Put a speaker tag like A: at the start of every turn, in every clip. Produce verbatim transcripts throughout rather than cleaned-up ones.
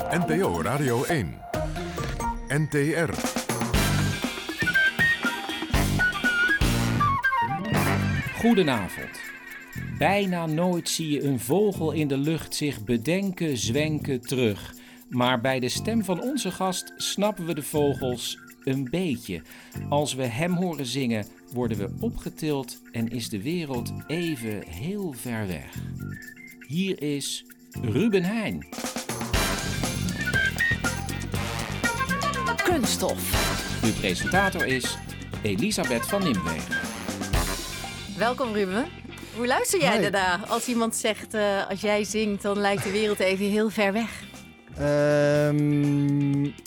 A: N P O Radio één. N T R.
B: Goedenavond. Bijna nooit zie je een vogel in de lucht zich bedenken, zwenken terug. Maar bij de stem van onze gast snappen we de vogels een beetje. Als we hem horen zingen, worden we opgetild en is de wereld even heel ver weg. Hier is Ruben Heijn.
C: Kunststof.
B: Uw presentator is Elisabeth van Nimwegen.
C: Welkom Ruben. Hoe luister jij
D: Hoi.
C: daarna als iemand zegt, uh, als jij zingt, dan lijkt de wereld even heel ver weg?
D: Um, uh,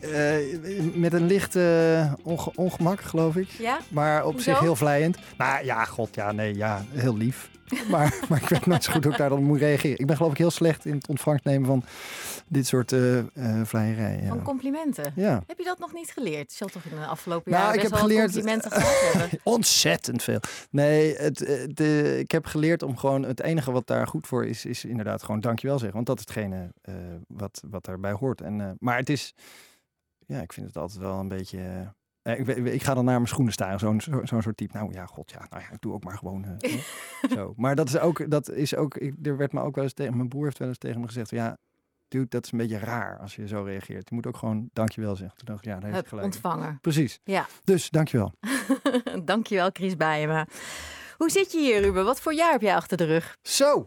D: met een licht uh, onge- ongemak, geloof ik.
C: Ja?
D: Maar op
C: Hoezo?
D: zich heel vlijend. Nou ja, god, ja, nee, ja, heel lief. maar, maar ik weet nooit zo goed hoe ik daar dan moet reageren. Ik ben geloof ik heel slecht in het ontvangst nemen van dit soort uh, uh, vleierij. Ja.
C: Van complimenten?
D: Ja.
C: Heb je dat nog niet geleerd? Je zal toch in de afgelopen
D: Nou,
C: jaren
D: ik
C: best
D: heb
C: wel
D: geleerd-
C: complimenten gehad hebben?
D: Ontzettend veel. Nee, het, de, ik heb geleerd om gewoon... Het enige wat daar goed voor is, is inderdaad gewoon dankjewel zeggen. Want dat is hetgene uh, wat, wat daarbij hoort. En, uh, maar het is... Ja, ik vind het altijd wel een beetje... Uh, ik, ik ga dan naar mijn schoenen staan. Zo'n, zo, zo'n soort type. Nou ja, god ja. Nou ja, ik doe ook maar gewoon uh, zo. Maar dat is ook... Dat is ook ik, er werd me ook wel eens tegen... Mijn broer heeft wel eens tegen me gezegd... Ja, dude, dat is een beetje raar als je zo reageert. Je moet ook gewoon dankjewel zeggen. Toen dacht ik, ja, daar heeft
C: Hup,
D: hij gelijk.
C: ontvangen.
D: Precies.
C: Ja.
D: Dus, dankjewel.
C: Dankjewel Chris Bijema. Hoe zit je hier Ruben? Wat voor jaar heb jij achter de rug?
D: Zo.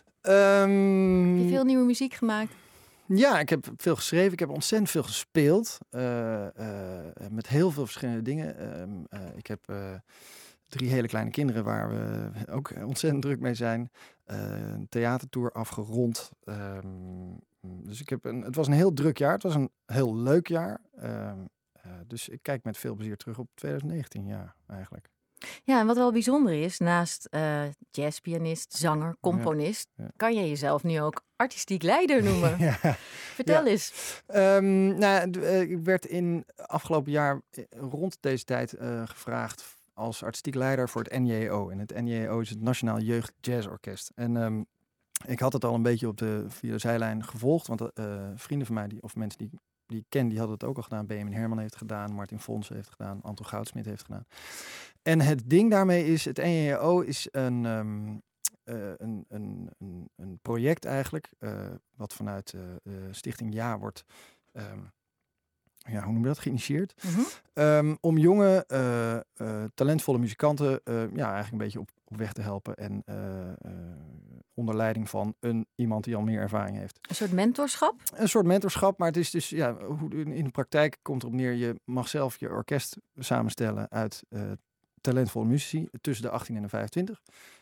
D: Um,
C: Heb je veel nieuwe muziek gemaakt?
D: Ja, ik heb veel geschreven. Ik heb ontzettend veel gespeeld. Uh, uh, met heel veel verschillende dingen. Um, uh, ik heb uh, drie hele kleine kinderen waar we ook ontzettend druk mee zijn. Uh, een theatertour afgerond. Um, dus ik heb een, het was een heel druk jaar. Het was een heel leuk jaar. Um, uh, dus ik kijk met veel plezier terug op twintig negentien, ja, eigenlijk.
C: Ja, en wat wel bijzonder is, naast uh, jazzpianist, zanger, componist,
D: ja, ja.
C: kan je jezelf nu ook artistiek leider noemen.
D: Ja.
C: Vertel
D: Ja.
C: eens.
D: Um, nou, d- uh, ik werd in afgelopen jaar uh, rond deze tijd uh, gevraagd als artistiek leider voor het N J O. En het N J O is het Nationaal Jeugd Jazz Orkest. En um, ik had het al een beetje op de, via de zijlijn gevolgd, want uh, vrienden van mij, die, of mensen die, die ik ken, die hadden het ook al gedaan. Benjamin Herman heeft het gedaan, Martin Fons heeft het gedaan, Anton Goudsmit heeft het gedaan. En het ding daarmee is, het N J O is een... Um, Uh, een, een, een, een project eigenlijk, uh, wat vanuit uh, uh, Stichting Ja wordt, um, ja, hoe noem je dat, geïnitieerd.
C: Mm-hmm.
D: Um, om jonge, uh, uh, talentvolle muzikanten uh, ja, eigenlijk een beetje op, op weg te helpen. En uh, uh, onder leiding van een, iemand die al meer ervaring heeft.
C: Een soort mentorschap?
D: Een soort mentorschap, maar het is dus, ja, hoe, in de praktijk komt erop neer, je mag zelf je orkest samenstellen uit uh, talentvolle muzici tussen de achttien en de vijfentwintig.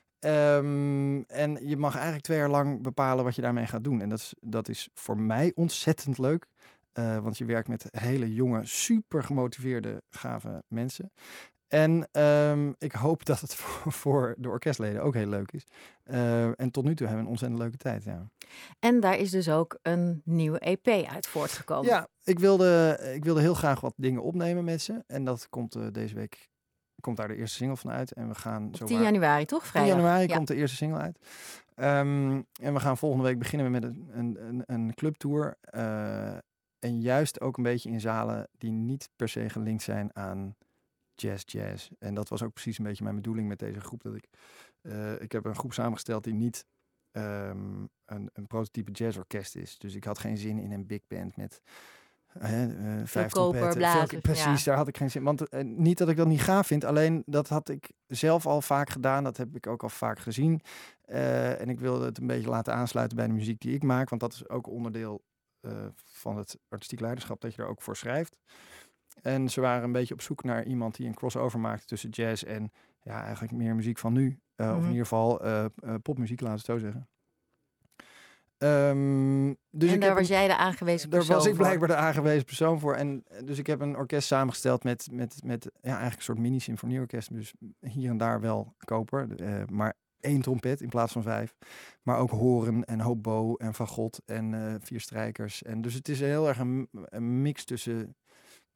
D: Um, en je mag eigenlijk twee jaar lang bepalen wat je daarmee gaat doen. En dat is, dat is voor mij ontzettend leuk. Uh, want je werkt met hele jonge, super gemotiveerde, gave mensen. En um, ik hoop dat het voor, voor de orkestleden ook heel leuk is. Uh, en tot nu toe hebben we een ontzettend leuke tijd, ja.
C: En daar is dus ook een nieuwe E P uit voortgekomen.
D: Ja, ik wilde, ik wilde heel graag wat dingen opnemen met ze. En dat komt uh, deze week... komt daar de eerste single van uit. En we gaan
C: Op
D: zo
C: tien januari, toch? Vrijdag.
D: tien januari
C: ja.
D: komt de eerste single uit. Um, en we gaan volgende week beginnen met een, een, een clubtour. Uh, en juist ook een beetje in zalen die niet per se gelinkt zijn aan jazz, jazz. En dat was ook precies een beetje mijn bedoeling met deze groep. Dat ik, uh, ik heb een groep samengesteld die niet um, een, een prototype jazzorkest is. Dus ik had geen zin in een big band met... Uh, uh, vijf trompetten.
C: blazers,
D: Precies,
C: ja.
D: daar had ik geen zin. Want uh, niet dat ik dat niet gaaf vind, alleen dat had ik zelf al vaak gedaan. Dat heb ik ook al vaak gezien. Uh, en ik wilde het een beetje laten aansluiten bij de muziek die ik maak. Want dat is ook onderdeel uh, van het artistiek leiderschap, dat je er ook voor schrijft. En ze waren een beetje op zoek naar iemand die een crossover maakte tussen jazz en ja, eigenlijk meer muziek van nu. Uh, mm-hmm. Of in ieder geval uh, uh, popmuziek, laten we het zo zeggen. Um, dus
C: en
D: ik
C: daar
D: heb
C: was
D: een,
C: jij de aangewezen persoon
D: Daar was ik
C: voor.
D: blijkbaar de aangewezen persoon voor. En dus ik heb een orkest samengesteld met, met, met ja, eigenlijk een soort mini-symfonieorkest. Dus hier en daar wel koper. Uh, maar één trompet in plaats van vijf. Maar ook horen en hobo en fagot en uh, vier strijkers. En dus het is heel erg een, een mix tussen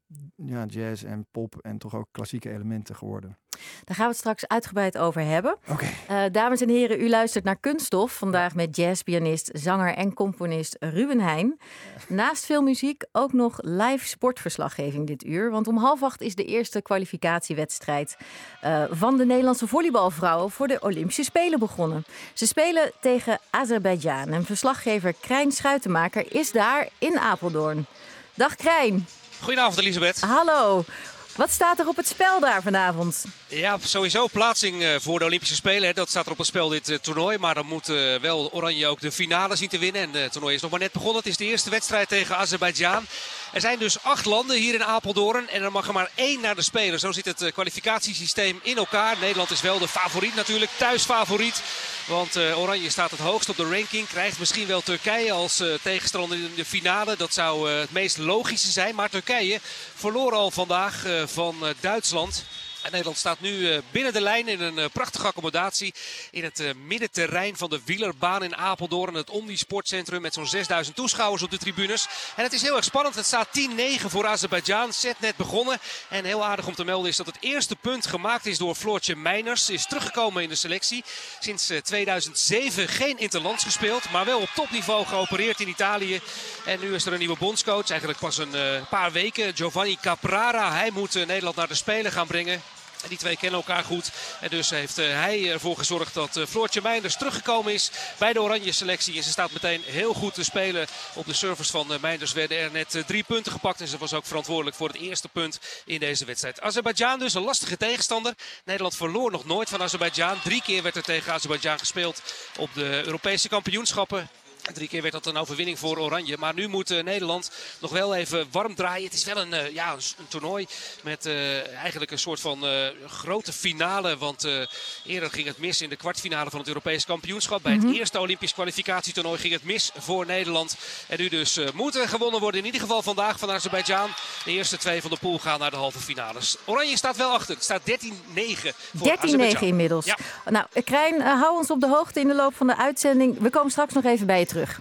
D: ja, jazz en pop en toch ook klassieke elementen geworden.
C: Daar gaan we het straks uitgebreid over hebben.
D: Oké.
C: Okay. Uh, dames en heren, u luistert naar Kunststof. Vandaag met jazzpianist, zanger en componist Ruben Heijn. Naast veel muziek ook nog live sportverslaggeving dit uur. Want om half acht is de eerste kwalificatiewedstrijd uh, van de Nederlandse volleybalvrouwen voor de Olympische Spelen begonnen. Ze spelen tegen Azerbeidzjan. En verslaggever Krijn Schuitenmaker is daar in Apeldoorn. Dag Krijn.
E: Goedenavond Elisabeth.
C: Hallo. Wat staat er op het spel daar vanavond?
E: Ja, sowieso plaatsing voor de Olympische Spelen. Dat staat er op het spel, dit toernooi. Maar dan moet wel Oranje ook de finale zien te winnen. En het toernooi is nog maar net begonnen. Het is de eerste wedstrijd tegen Azerbeidzjan. Er zijn dus acht landen hier in Apeldoorn. En er mag er maar één naar de Spelen. Zo zit het kwalificatiesysteem in elkaar. Nederland is wel de favoriet natuurlijk. Thuisfavoriet. Want uh, Oranje staat het hoogst op de ranking. Krijgt misschien wel Turkije als uh, tegenstander in de finale. Dat zou uh, het meest logische zijn. Maar Turkije verloor al vandaag uh, van uh, Duitsland. En Nederland staat nu uh, binnen de lijn in een uh, prachtige accommodatie. In het uh, middenterrein van de wielerbaan in Apeldoorn. Het Omnisportcentrum met zo'n zesduizend toeschouwers op de tribunes. En het is heel erg spannend. Het staat tien negen voor Azerbeidzjan. Set net begonnen. En heel aardig om te melden is dat het eerste punt gemaakt is door Floortje Meiners. Is teruggekomen in de selectie. Sinds uh, tweeduizend zeven geen interlands gespeeld. Maar wel op topniveau geopereerd in Italië. En nu is er een nieuwe bondscoach. Eigenlijk pas een uh, paar weken. Giovanni Caprara. Hij moet uh, Nederland naar de Spelen gaan brengen. En die twee kennen elkaar goed. En dus heeft uh, hij ervoor gezorgd dat uh, Floortje Meinders teruggekomen is bij de Oranje selectie. En ze staat meteen heel goed te spelen. Op de service van uh, Meinders werden er net uh, drie punten gepakt. En ze was ook verantwoordelijk voor het eerste punt in deze wedstrijd. Azerbeidzjan dus een lastige tegenstander. Nederland verloor nog nooit van Azerbeidzjan. Drie keer werd er tegen Azerbeidzjan gespeeld op de Europese kampioenschappen. Drie keer werd dat een overwinning voor Oranje. Maar nu moet uh, Nederland nog wel even warm draaien. Het is wel een, uh, ja, een, een toernooi met uh, eigenlijk een soort van uh, grote finale. Want uh, eerder ging het mis in de kwartfinale van het Europees kampioenschap. Bij
C: Mm-hmm.
E: het eerste Olympisch kwalificatietoernooi ging het mis voor Nederland. En nu dus uh, moet er gewonnen worden. In ieder geval vandaag van Azerbeidzjan. De eerste twee van de pool gaan naar de halve finales. Oranje staat wel achter. Het staat dertien negen voor
C: dertien negen inmiddels.
E: Ja.
C: Nou, Krijn, uh, hou ons op de hoogte in de loop van de uitzending. We komen straks nog even bij je terug.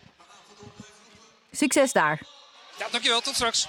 C: Succes daar.
E: Ja, dankjewel. Tot straks.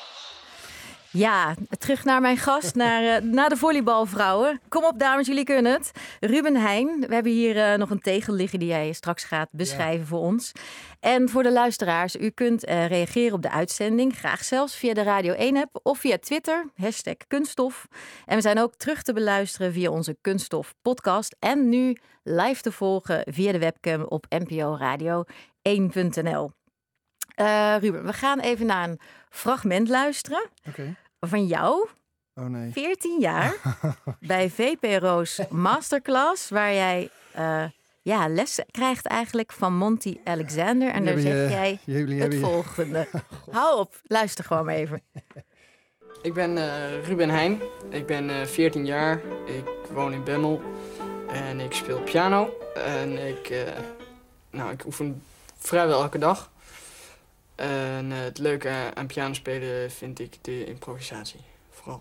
C: Ja, terug naar mijn gast, naar, uh, naar de volleybalvrouwen. Kom op dames, jullie kunnen het. Ruben Heijn, we hebben hier uh, nog een tegel liggen die jij straks gaat beschrijven ja. voor ons. En voor de luisteraars, u kunt uh, reageren op de uitzending. Graag zelfs via de Radio één app of via Twitter, hashtag Kunststof. En we zijn ook terug te beluisteren via onze Kunststof podcast. En nu live te volgen via de webcam op n p o radio één punt n l. Uh, Ruben, we gaan even naar een fragment luisteren.
D: Okay.
C: Van jou,
D: oh nee.
C: veertien jaar, bij V P R O's Masterclass, waar jij uh, ja, les krijgt eigenlijk van Monty Alexander. En daar zeg jij
D: jullie,
C: het
D: jullie.
C: volgende. Hou op, luister gewoon maar even.
F: Ik ben uh, Ruben Heijn, ik ben uh, veertien jaar, ik woon in Bemmel en ik speel piano. En ik, uh, nou, ik oefen vrijwel elke dag. En uh, het leuke aan piano spelen vind ik de improvisatie, vooral.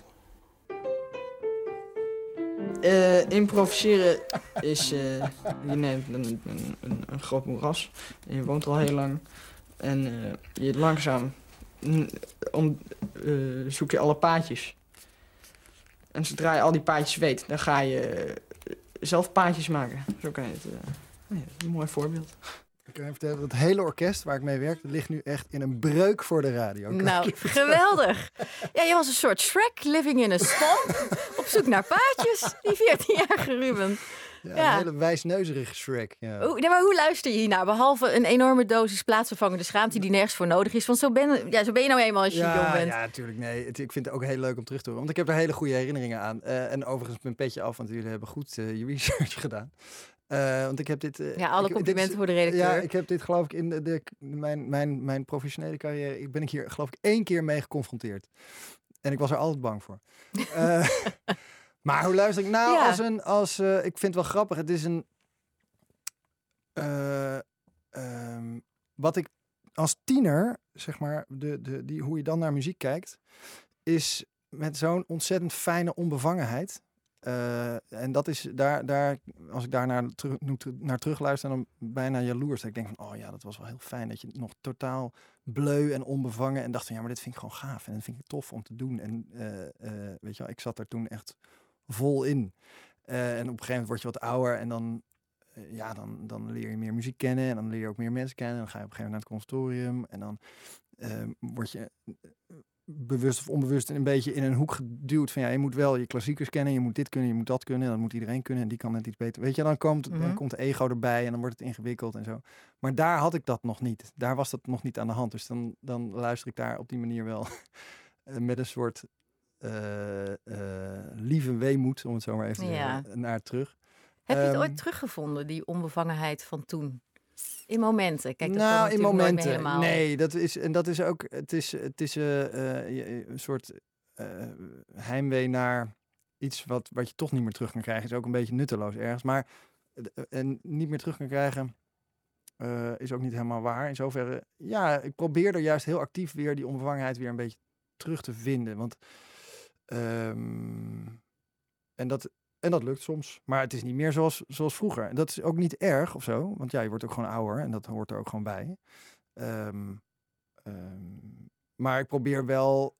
F: Uh, improviseren is, uh, je neemt een, een, een, een groot moeras. Je woont er al heel lang. En uh, je langzaam om, uh, zoek je alle paadjes. En zodra je al die paadjes weet, dan ga je uh, zelf paadjes maken. Zo kan je het. Uh, ja, dat is een mooi voorbeeld.
D: Ik kan je vertellen dat het hele orkest waar ik mee werk, ligt nu echt in een breuk voor de radio.
C: Nou, geweldig. Ja, je was een soort Shrek, living in a swamp. Op zoek naar paadjes, die veertienjarige Ruben.
D: Ja,
C: Ja.
D: een hele wijsneuzerige Shrek. Ja.
C: Hoe, nee, maar hoe luister je hiernaar? Behalve een enorme dosis plaatsvervangende schaamte die nergens voor nodig is. Want zo ben, ja, zo ben je nou eenmaal als je
D: ja,
C: jong bent.
D: Ja, natuurlijk. Nee, het, ik vind het ook heel leuk om terug te horen. Want ik heb er hele goede herinneringen aan. Uh, en overigens mijn petje af, want jullie hebben goed uh, je research gedaan. Uh, want ik heb dit... Uh,
C: ja, alle
D: ik,
C: complimenten
D: dit is,
C: voor de redacteur.
D: Ja, ik heb dit geloof ik in de, de, mijn, mijn, mijn professionele carrière... Ik ben ik hier geloof ik één keer mee geconfronteerd. En ik was er altijd bang voor. uh, maar hoe luister ik? Nou,
C: ja.
D: als een... Als, uh, ik vind het wel grappig. Het is een... Uh, um, wat ik als tiener, zeg maar, de, de, die, hoe je dan naar muziek kijkt... is met zo'n ontzettend fijne onbevangenheid... uh, en dat is daar, daar, als ik daar naar, terug, naar terug luister, dan bijna jaloers. Dat ik denk van, oh ja, dat was wel heel fijn. Dat je nog totaal bleu en onbevangen en dacht van, ja, maar dit vind ik gewoon gaaf. En dat vind ik tof om te doen. En uh, uh, weet je wel, ik zat daar toen echt vol in. Uh, en op een gegeven moment word je wat ouder en dan, uh, ja, dan, dan leer je meer muziek kennen. En dan leer je ook meer mensen kennen. En dan ga je op een gegeven moment naar het conservatorium. En dan uh, word je uh, bewust of onbewust een beetje in een hoek geduwd van, ja, je moet wel je klassiekers kennen. Je moet dit kunnen, je moet dat kunnen. Dat moet iedereen kunnen en die kan net iets beter. Weet je, dan komt, mm-hmm. dan komt de ego erbij en dan wordt het ingewikkeld en zo. Maar daar had ik dat nog niet. Daar was dat nog niet aan de hand. Dus dan, dan luister ik daar op die manier wel met een soort uh, uh, lieve weemoed, om het zo maar even te
C: ja.
D: zeggen, naar terug.
C: Heb je het
D: um,
C: ooit teruggevonden, die onbevangenheid van toen? In momenten. Kijk, dat
D: nou, in momenten.
C: Helemaal...
D: Nee, dat is en dat is ook. Het is, het is uh, uh, een soort uh, heimwee naar iets wat, wat je toch niet meer terug kan krijgen. Is ook een beetje nutteloos ergens. Maar uh, en niet meer terug kan krijgen uh, is ook niet helemaal waar. In zoverre, ja, ik probeer er juist heel actief weer die onbevangenheid weer een beetje terug te vinden. Want um, en dat. En dat lukt soms. Maar het is niet meer zoals, zoals vroeger. En dat is ook niet erg of zo. Want ja, je wordt ook gewoon ouder. En dat hoort er ook gewoon bij. Um, um, maar ik probeer wel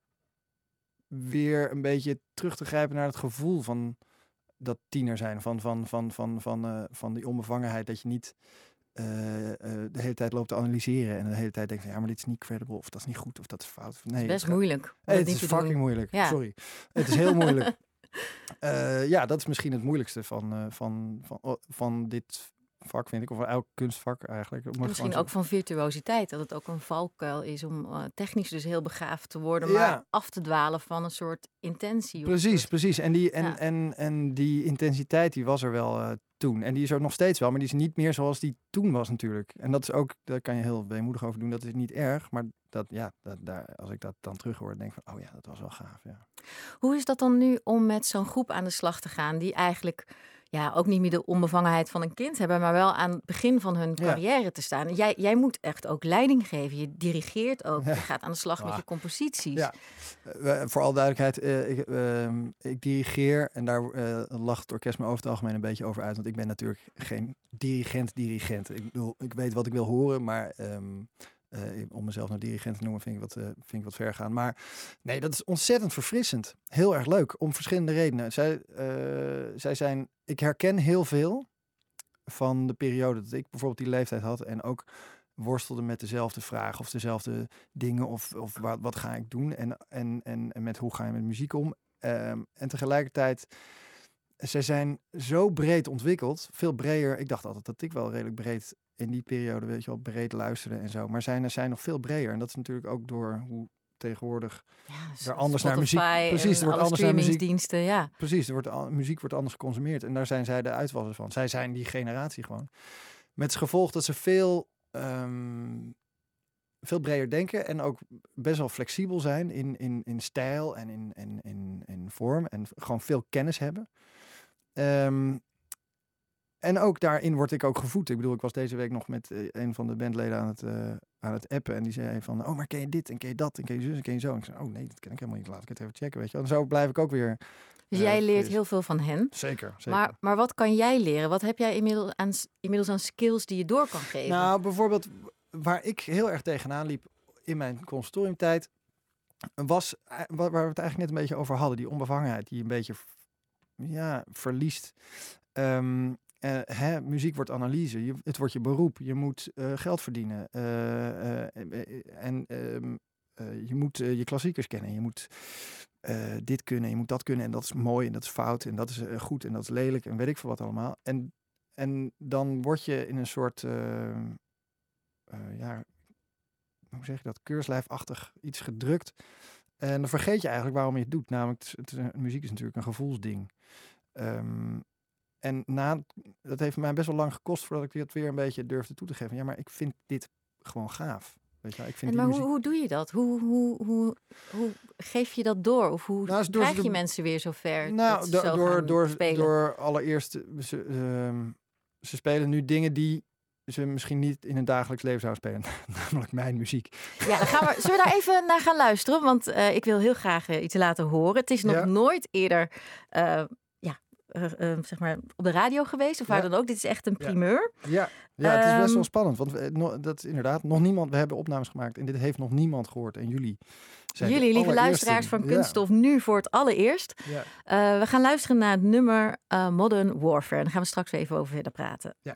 D: weer een beetje terug te grijpen naar het gevoel van dat tiener zijn. Van, van, van, van, van, uh, van die onbevangenheid. Dat je niet uh, uh, de hele tijd loopt te analyseren. En de hele tijd denkt van, ja, maar dit is niet credible. Of dat is niet goed. Of dat is fout. Nee,
C: het is best
D: het
C: moeilijk.
D: Hey, het, het is fucking doen. moeilijk. Ja. Sorry. Het is heel moeilijk. Uh, ja, dat is misschien het moeilijkste van, uh, van, van, van dit vak, vind ik. Of elk kunstvak eigenlijk.
C: Misschien ook van virtuositeit. Dat het ook een valkuil is om uh, technisch dus heel begaafd te worden. Maar ja. af te dwalen van een soort intentie.
D: Precies,
C: soort...
D: precies. En die, en,
C: ja.
D: en, en die intensiteit die was er wel uh, toen. En die is er nog steeds wel. Maar die is niet meer zoals die toen was natuurlijk. En dat is ook, daar kan je heel weemoedig over doen. Dat is niet erg. Maar dat, ja, dat, daar, als ik dat dan terug hoor, denk ik van, oh ja, dat was wel gaaf. Ja.
C: Hoe is dat dan nu om met zo'n groep aan de slag te gaan die eigenlijk ja, ook niet meer de onbevangenheid van een kind hebben, maar wel aan het begin van hun carrière ja. te staan? Jij, jij moet echt ook leiding geven. Je dirigeert ook. Ja. Je gaat aan de slag ja. met je composities.
D: Ja. Uh, voor alle duidelijkheid, uh, ik, uh, ik dirigeer en daar uh, lacht het orkest me over het algemeen een beetje over uit, want ik ben natuurlijk geen dirigent-dirigent. Ik bedoel, ik weet wat ik wil horen, maar Um, Uh, om mezelf nou dirigent te noemen vind ik, wat, uh, vind ik wat ver gaan. Maar nee, dat is ontzettend verfrissend. Heel erg leuk, om verschillende redenen. Zij, uh, zij zijn, ik herken heel veel van de periode dat ik bijvoorbeeld die leeftijd had en ook worstelde met dezelfde vragen of dezelfde dingen of, of wat, wat ga ik doen en, en, en, en met hoe ga je met muziek om. Um, en tegelijkertijd, zij zijn zo breed ontwikkeld, veel breder. Ik dacht altijd dat ik wel redelijk breed in die periode, weet je wel, breed luisteren en zo. Maar zijn, zijn nog veel breder. En dat is natuurlijk ook door hoe tegenwoordig ja, er anders naar muziek. Precies, er wordt anders naar muziek.
C: Ja.
D: Precies, er wordt muziek wordt anders geconsumeerd. En daar zijn zij de uitwassers van. Zij zijn die generatie gewoon. Met het gevolg dat ze veel, um, veel breder denken en ook best wel flexibel zijn in, in, in stijl en in, in, in, in vorm. En gewoon veel kennis hebben. Um, En ook daarin word ik ook gevoed. Ik bedoel, ik was deze week nog met uh, een van de bandleden aan het, uh, aan het appen. En die zei van, oh, maar ken je dit en ken je dat en ken je zus en ken je zo. En ik zei, oh nee, dat ken ik helemaal niet. Laat ik het even checken, weet je. En zo blijf ik ook weer.
C: Dus uh, jij leert fris. heel veel van hen.
D: Zeker, zeker.
C: Maar, maar wat kan jij leren? Wat heb jij inmiddels aan, inmiddels aan skills die je door kan geven?
D: Nou, bijvoorbeeld waar ik heel erg tegenaan liep in mijn conservatoriumtijd, was waar we het eigenlijk net een beetje over hadden. Die onbevangenheid die een beetje ja, verliest. Um, Uh, hè, muziek wordt analyse, je, het wordt je beroep, je moet uh, geld verdienen uh, uh, en um, uh, je moet uh, je klassiekers kennen, je moet uh, dit kunnen, je moet dat kunnen en dat is mooi en dat is fout en dat is uh, goed en dat is lelijk en weet ik veel wat allemaal. En, en dan word je in een soort, uh, uh, ja, hoe zeg je dat, keurslijfachtig iets gedrukt en dan vergeet je eigenlijk waarom je het doet, namelijk het, het, muziek is natuurlijk een gevoelsding. Um, En na, dat heeft mij best wel lang gekost voordat ik dit weer een beetje durfde toe te geven. Ja, maar ik vind dit gewoon gaaf. Weet je, ik vind
C: en maar
D: die
C: hoe, hoe doe je dat? Hoe, hoe, hoe, hoe geef je dat door? Of hoe nou, krijg je de, mensen weer zover?
D: Nou,
C: dat
D: do,
C: zo
D: door, door,
C: spelen?
D: door allereerst, ze, uh, ze spelen nu dingen die ze misschien niet in hun dagelijks leven zouden spelen. Namelijk mijn muziek.
C: Ja, dan gaan we, zullen we daar even naar gaan luisteren? Want uh, ik wil heel graag uh, iets laten horen. Het is nog ja. nooit eerder Uh, uh, uh, zeg maar op de radio geweest? Of
D: Ja.
C: waar dan ook? Dit is echt een primeur.
D: Ja, ja het is best
C: Ehm,
D: wel spannend. Want we, no, dat is inderdaad nog niemand... We hebben opnames gemaakt en dit heeft nog niemand gehoord. En jullie zijn
C: Jullie,
D: de
C: lieve
D: allereerste.
C: luisteraars van
D: Ja,
C: Kunststof, nu voor het allereerst.
D: Ja.
C: Uh, we gaan luisteren naar het nummer uh, Modern Warfare. En daar gaan we straks even over verder praten.
D: Ja.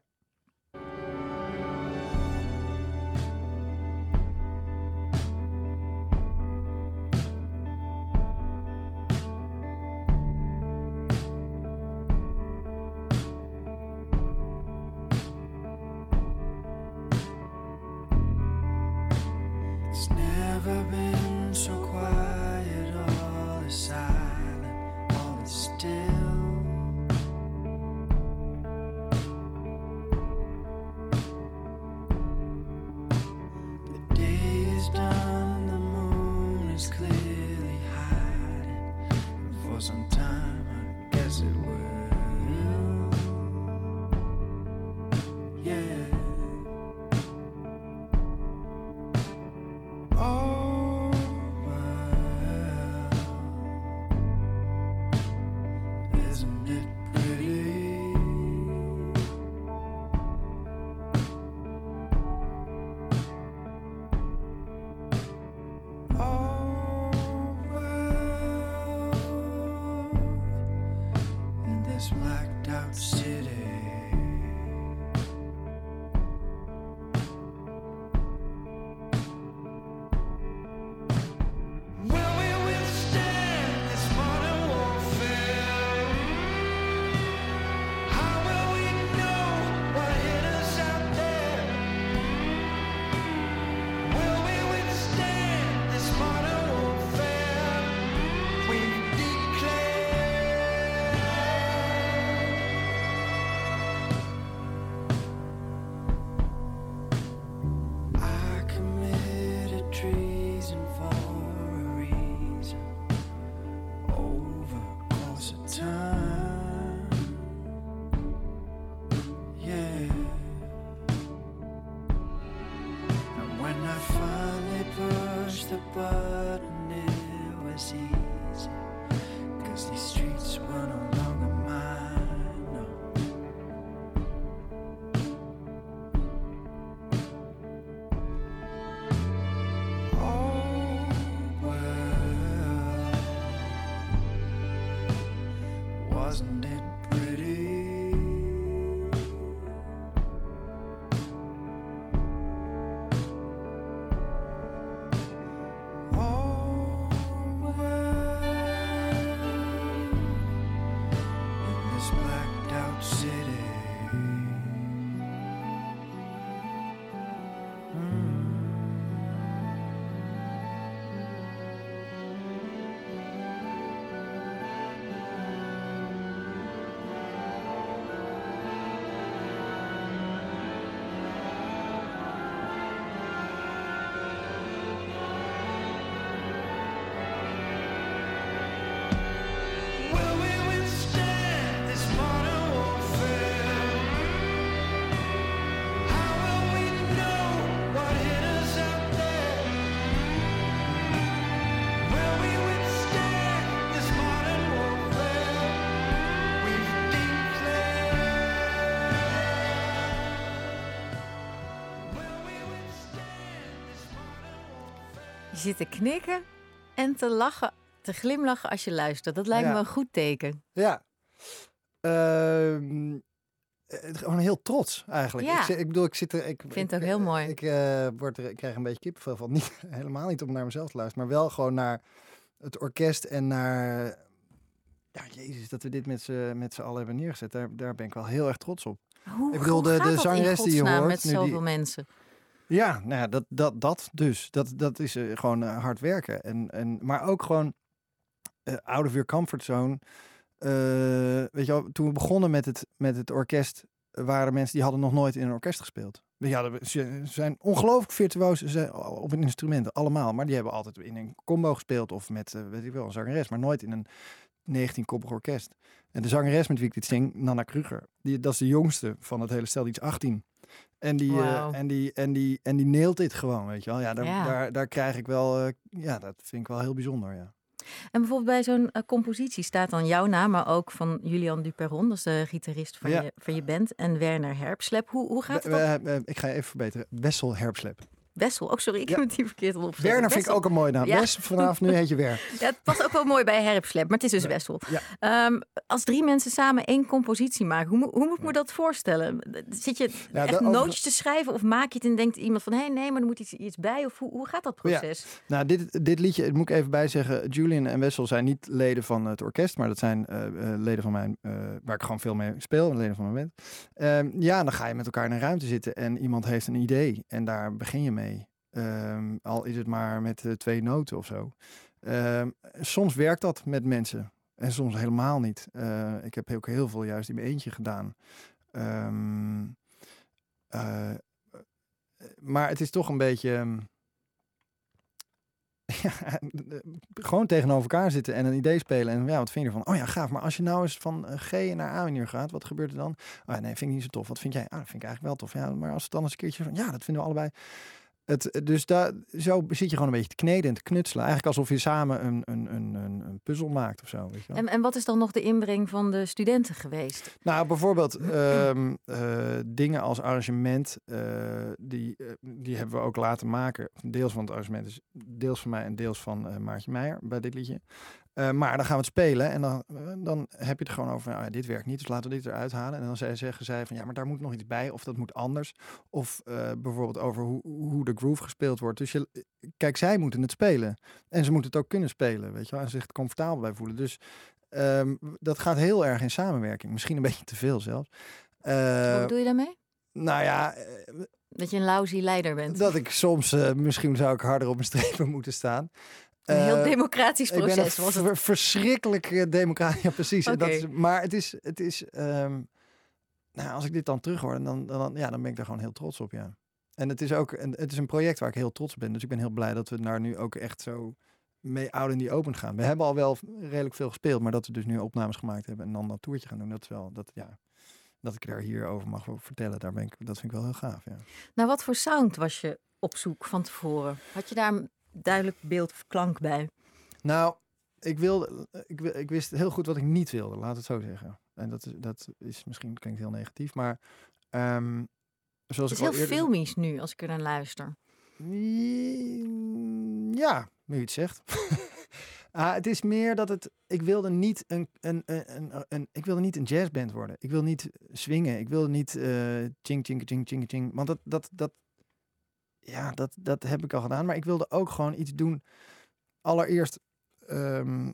G: It's never been so quiet, all is silent, all is still. The day is done, the moon is clearly hiding, and for some time I guess it will. Yeah. Oh, well, isn't it pretty? Oh, well, in this blacked out city. Will we withstand this modern warfare? How will we know what hit us out there? Will we withstand this modern warfare? We declare. I committed treason for a reason over a course of time. Yeah. And when I finally pushed the button, it was easy, 'cause these streets were no longer mine. No. Oh, well, wasn't it pretty? Oh, well, in this blacked out city. Mm. Will we withstand this modern warfare? How will we know what hit us out there? Will we withstand this modern warfare? We've declared. Will we withstand this modern warfare?
C: Je zit te knikken en te lachen, te glimlachen als je luistert. Dat lijkt
D: Ja.
C: me een goed teken.
D: Ja. Ehm, het- gewoon heel trots eigenlijk.
C: Ja.
D: Ik, zit- ik bedoel, ik zit er... Ik
C: vind het ook
D: ik-
C: heel mooi.
D: Ik, eh, word er, ik krijg een beetje kippenvel van. Niet, helemaal niet om naar mezelf te luisteren, maar wel gewoon naar het orkest en naar... Ja, jezus, dat we dit met z'n met z'n allen hebben neergezet. Daar, daar ben ik wel heel erg trots op.
C: Hoe,
D: Ik bedoel,
C: hoe
D: de-
C: gaat
D: de
C: dat
D: zangeres
C: in
D: die je
C: godsnaam
D: hoort,
C: met
D: nu die-
C: zoveel mensen?
D: Ja, nou ja, dat, dat, dat dus. Dat, dat is eh, gewoon eh, hard werken. En, en, maar ook gewoon eh, out of your comfort zone. Eh, weet je wel, toen we begonnen met het, met het orkest, eh, waren er mensen die hadden nog nooit in een orkest gespeeld. Ja, dat- ze zijn ongelooflijk virtuoos ze zijn op een instrument, allemaal. Maar die hebben altijd in een combo gespeeld of met, eh, weet ik wel, een zangeres. Maar nooit in een negentien-koppig orkest. En de zangeres met wie ik dit zing, Nana Kruger, die, dat is de jongste van het hele stel, die is achttien. En die, eh,
C: Wauw.
D: en die, en die, en die neelt dit gewoon, weet je wel. Ja, daar,
C: Ja.
D: Daar, daar krijg ik wel, eh, ja, dat vind ik wel heel bijzonder, ja.
C: En bijvoorbeeld bij zo'n uh, compositie staat dan jouw naam, maar ook van Julian Duperron, dat is de gitarist van,
D: Ja.
C: je, van je band, en Werner Herpslep. Hoe, hoe gaat het
D: We-
C: dan?
D: we- we- ik ga je even verbeteren. Wessel Herpslep.
C: Wessel, oh sorry, ik
D: Ja.
C: heb het hier verkeerd al opgezet.
D: Werner vind ik
C: Wessel.
D: ook een mooie naam.
C: Ja.
D: Wes, vanaf nu heet je Wer.
C: Ja, het past ook wel mooi bij Herpslep, maar het is dus Wessel.
D: Ja.
C: Um, als drie mensen samen één compositie maken, hoe, mo- hoe moet ik me dat voorstellen? Zit je
D: Ja,
C: echt
D: de- over-
C: nootjes te schrijven of maak je het en denkt iemand van hé, nee, maar er moet iets, iets bij? Of hoe, hoe gaat dat
D: Ja.
C: proces?
D: Nou, dit, dit liedje, het moet ik even bijzeggen. Julian en Wessel zijn niet leden van het orkest, maar dat zijn uh, uh, leden van mijn, uh, waar ik gewoon veel mee speel, leden van mijn band. Um, ja, dan ga je met elkaar in een ruimte zitten en iemand heeft een idee en daar begin je mee. Um, al is het maar met uh, twee noten of zo. Um, soms werkt dat met mensen en soms helemaal niet. Uh, ik heb ook heel veel juist in mijn eentje gedaan. Um, uh, maar het is toch een beetje... Um, ja, gewoon tegenover elkaar zitten en een idee spelen. En ja, wat vind je ervan? Oh ja, gaaf. Maar als je nou eens van G naar A manier gaat, wat gebeurt er dan? Oh ja, nee, vind ik niet zo tof. Wat vind jij? Ah, dat vind ik eigenlijk wel tof. Ja, maar als het dan eens een keertje van, ja, dat vinden we allebei... Het, dus daar, zo zit je gewoon een beetje te kneden en te knutselen. Eigenlijk alsof je samen een, een, een, een puzzel maakt of zo. Weet je wel?
C: En, en wat is dan nog de inbreng van de studenten geweest?
D: Nou, bijvoorbeeld um, uh, dingen als arrangement, uh, die, uh, die hebben we ook laten maken. Deels van het arrangement is deels van mij en deels van uh, Maartje Meijer bij dit liedje. Uh, maar dan gaan we het spelen en dan, uh, dan heb je het gewoon over, nou, ja, dit werkt niet, dus laten we dit eruit halen. En dan zei, zeggen zij van, ja, maar daar moet nog iets bij of dat moet anders. Of uh, bijvoorbeeld over hoe, hoe de groove gespeeld wordt. Dus je, kijk, zij moeten het spelen. En ze moeten het ook kunnen spelen, weet je wel. En zich er comfortabel bij voelen. Dus um, dat gaat heel erg in samenwerking. Misschien een beetje te veel zelfs. Uh,
C: Wat bedoel je daarmee?
D: Nou ja...
C: Uh, dat je een lousy leider bent.
D: Dat ik soms, uh, misschien zou ik harder op mijn strepen moeten staan.
C: Een heel uh, democratisch proces.
D: Ik ben een
C: was het?
D: ver- verschrikkelijk uh, democratisch. Ja, precies.
C: Okay.
D: Dat is, maar het is, het is um, nou, als ik dit dan terug hoor, dan, dan, ja, dan ben ik daar gewoon heel trots op, ja. En het is ook een, het is een project waar ik heel trots op ben. Dus ik ben heel blij dat we daar nu ook echt zo mee out in die open gaan. We hebben al wel redelijk veel gespeeld, maar dat we dus nu opnames gemaakt hebben en dan dat toertje gaan doen, dat is wel, dat, ja, dat ik daar hier over mag vertellen, daar ben ik, dat vind ik wel heel gaaf, ja.
C: Nou, wat voor sound was je op zoek van tevoren? Had je daar een duidelijk beeld of klank bij?
D: Nou, ik wilde, ik, ik wist heel goed wat ik niet wilde, laat het zo zeggen. En dat is, dat is misschien klinkt heel negatief, maar um, zoals
C: het
D: ik
C: is
D: al
C: heel
D: eerder...
C: filmisch nu, als ik er naar luister.
D: Ja, nu je het zegt. ah, het is meer dat het. Ik wilde niet een, een, een, een, een ik wilde niet een jazzband worden. Ik wil niet swingen. Ik wilde niet uh, ching ching ching ching ching. Want dat dat dat. Ja, dat dat heb ik al gedaan. Maar ik wilde ook gewoon iets doen. Allereerst, um,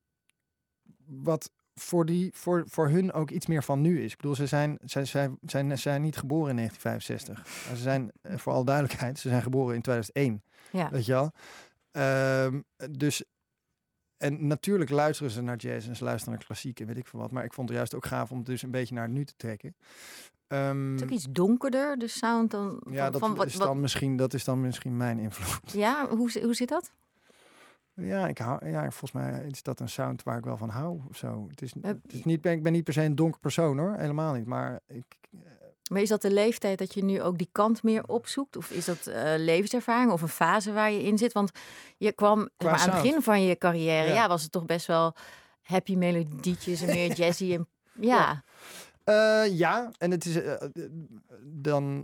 D: wat voor die voor voor hun ook iets meer van nu is. Ik bedoel, ze zijn zij zijn zijn zijn niet geboren in negentien vijfenzestig. Ze zijn, voor alle duidelijkheid, ze zijn geboren in tweeduizend één.
C: Ja.
D: Weet je wel? Um, dus en natuurlijk luisteren ze naar jazz en ze luisteren naar klassiek en weet ik veel wat. Maar ik vond het juist ook gaaf om het dus een beetje naar het nu te trekken. Um,
C: het is ook iets donkerder, de sound dan.
D: Ja,
C: van,
D: dat
C: van wat,
D: is dan
C: wat...
D: misschien dat is dan misschien mijn invloed.
C: Ja, hoe hoe zit dat?
D: Ja, ik hou, ja, volgens mij is dat een sound waar ik wel van hou of zo. Het is, het is niet, ik ben niet per se een donker persoon hoor, helemaal niet. Maar ik.
C: Maar is dat de leeftijd dat je nu ook die kant meer opzoekt? Of is dat uh, levenservaring of een fase waar je in zit? Want je kwam maar, aan het begin van je carrière, ja. ja, was het toch best wel happy melodietjes en meer jazzy en ja.
D: Ja, uh, ja. En het is uh, dan.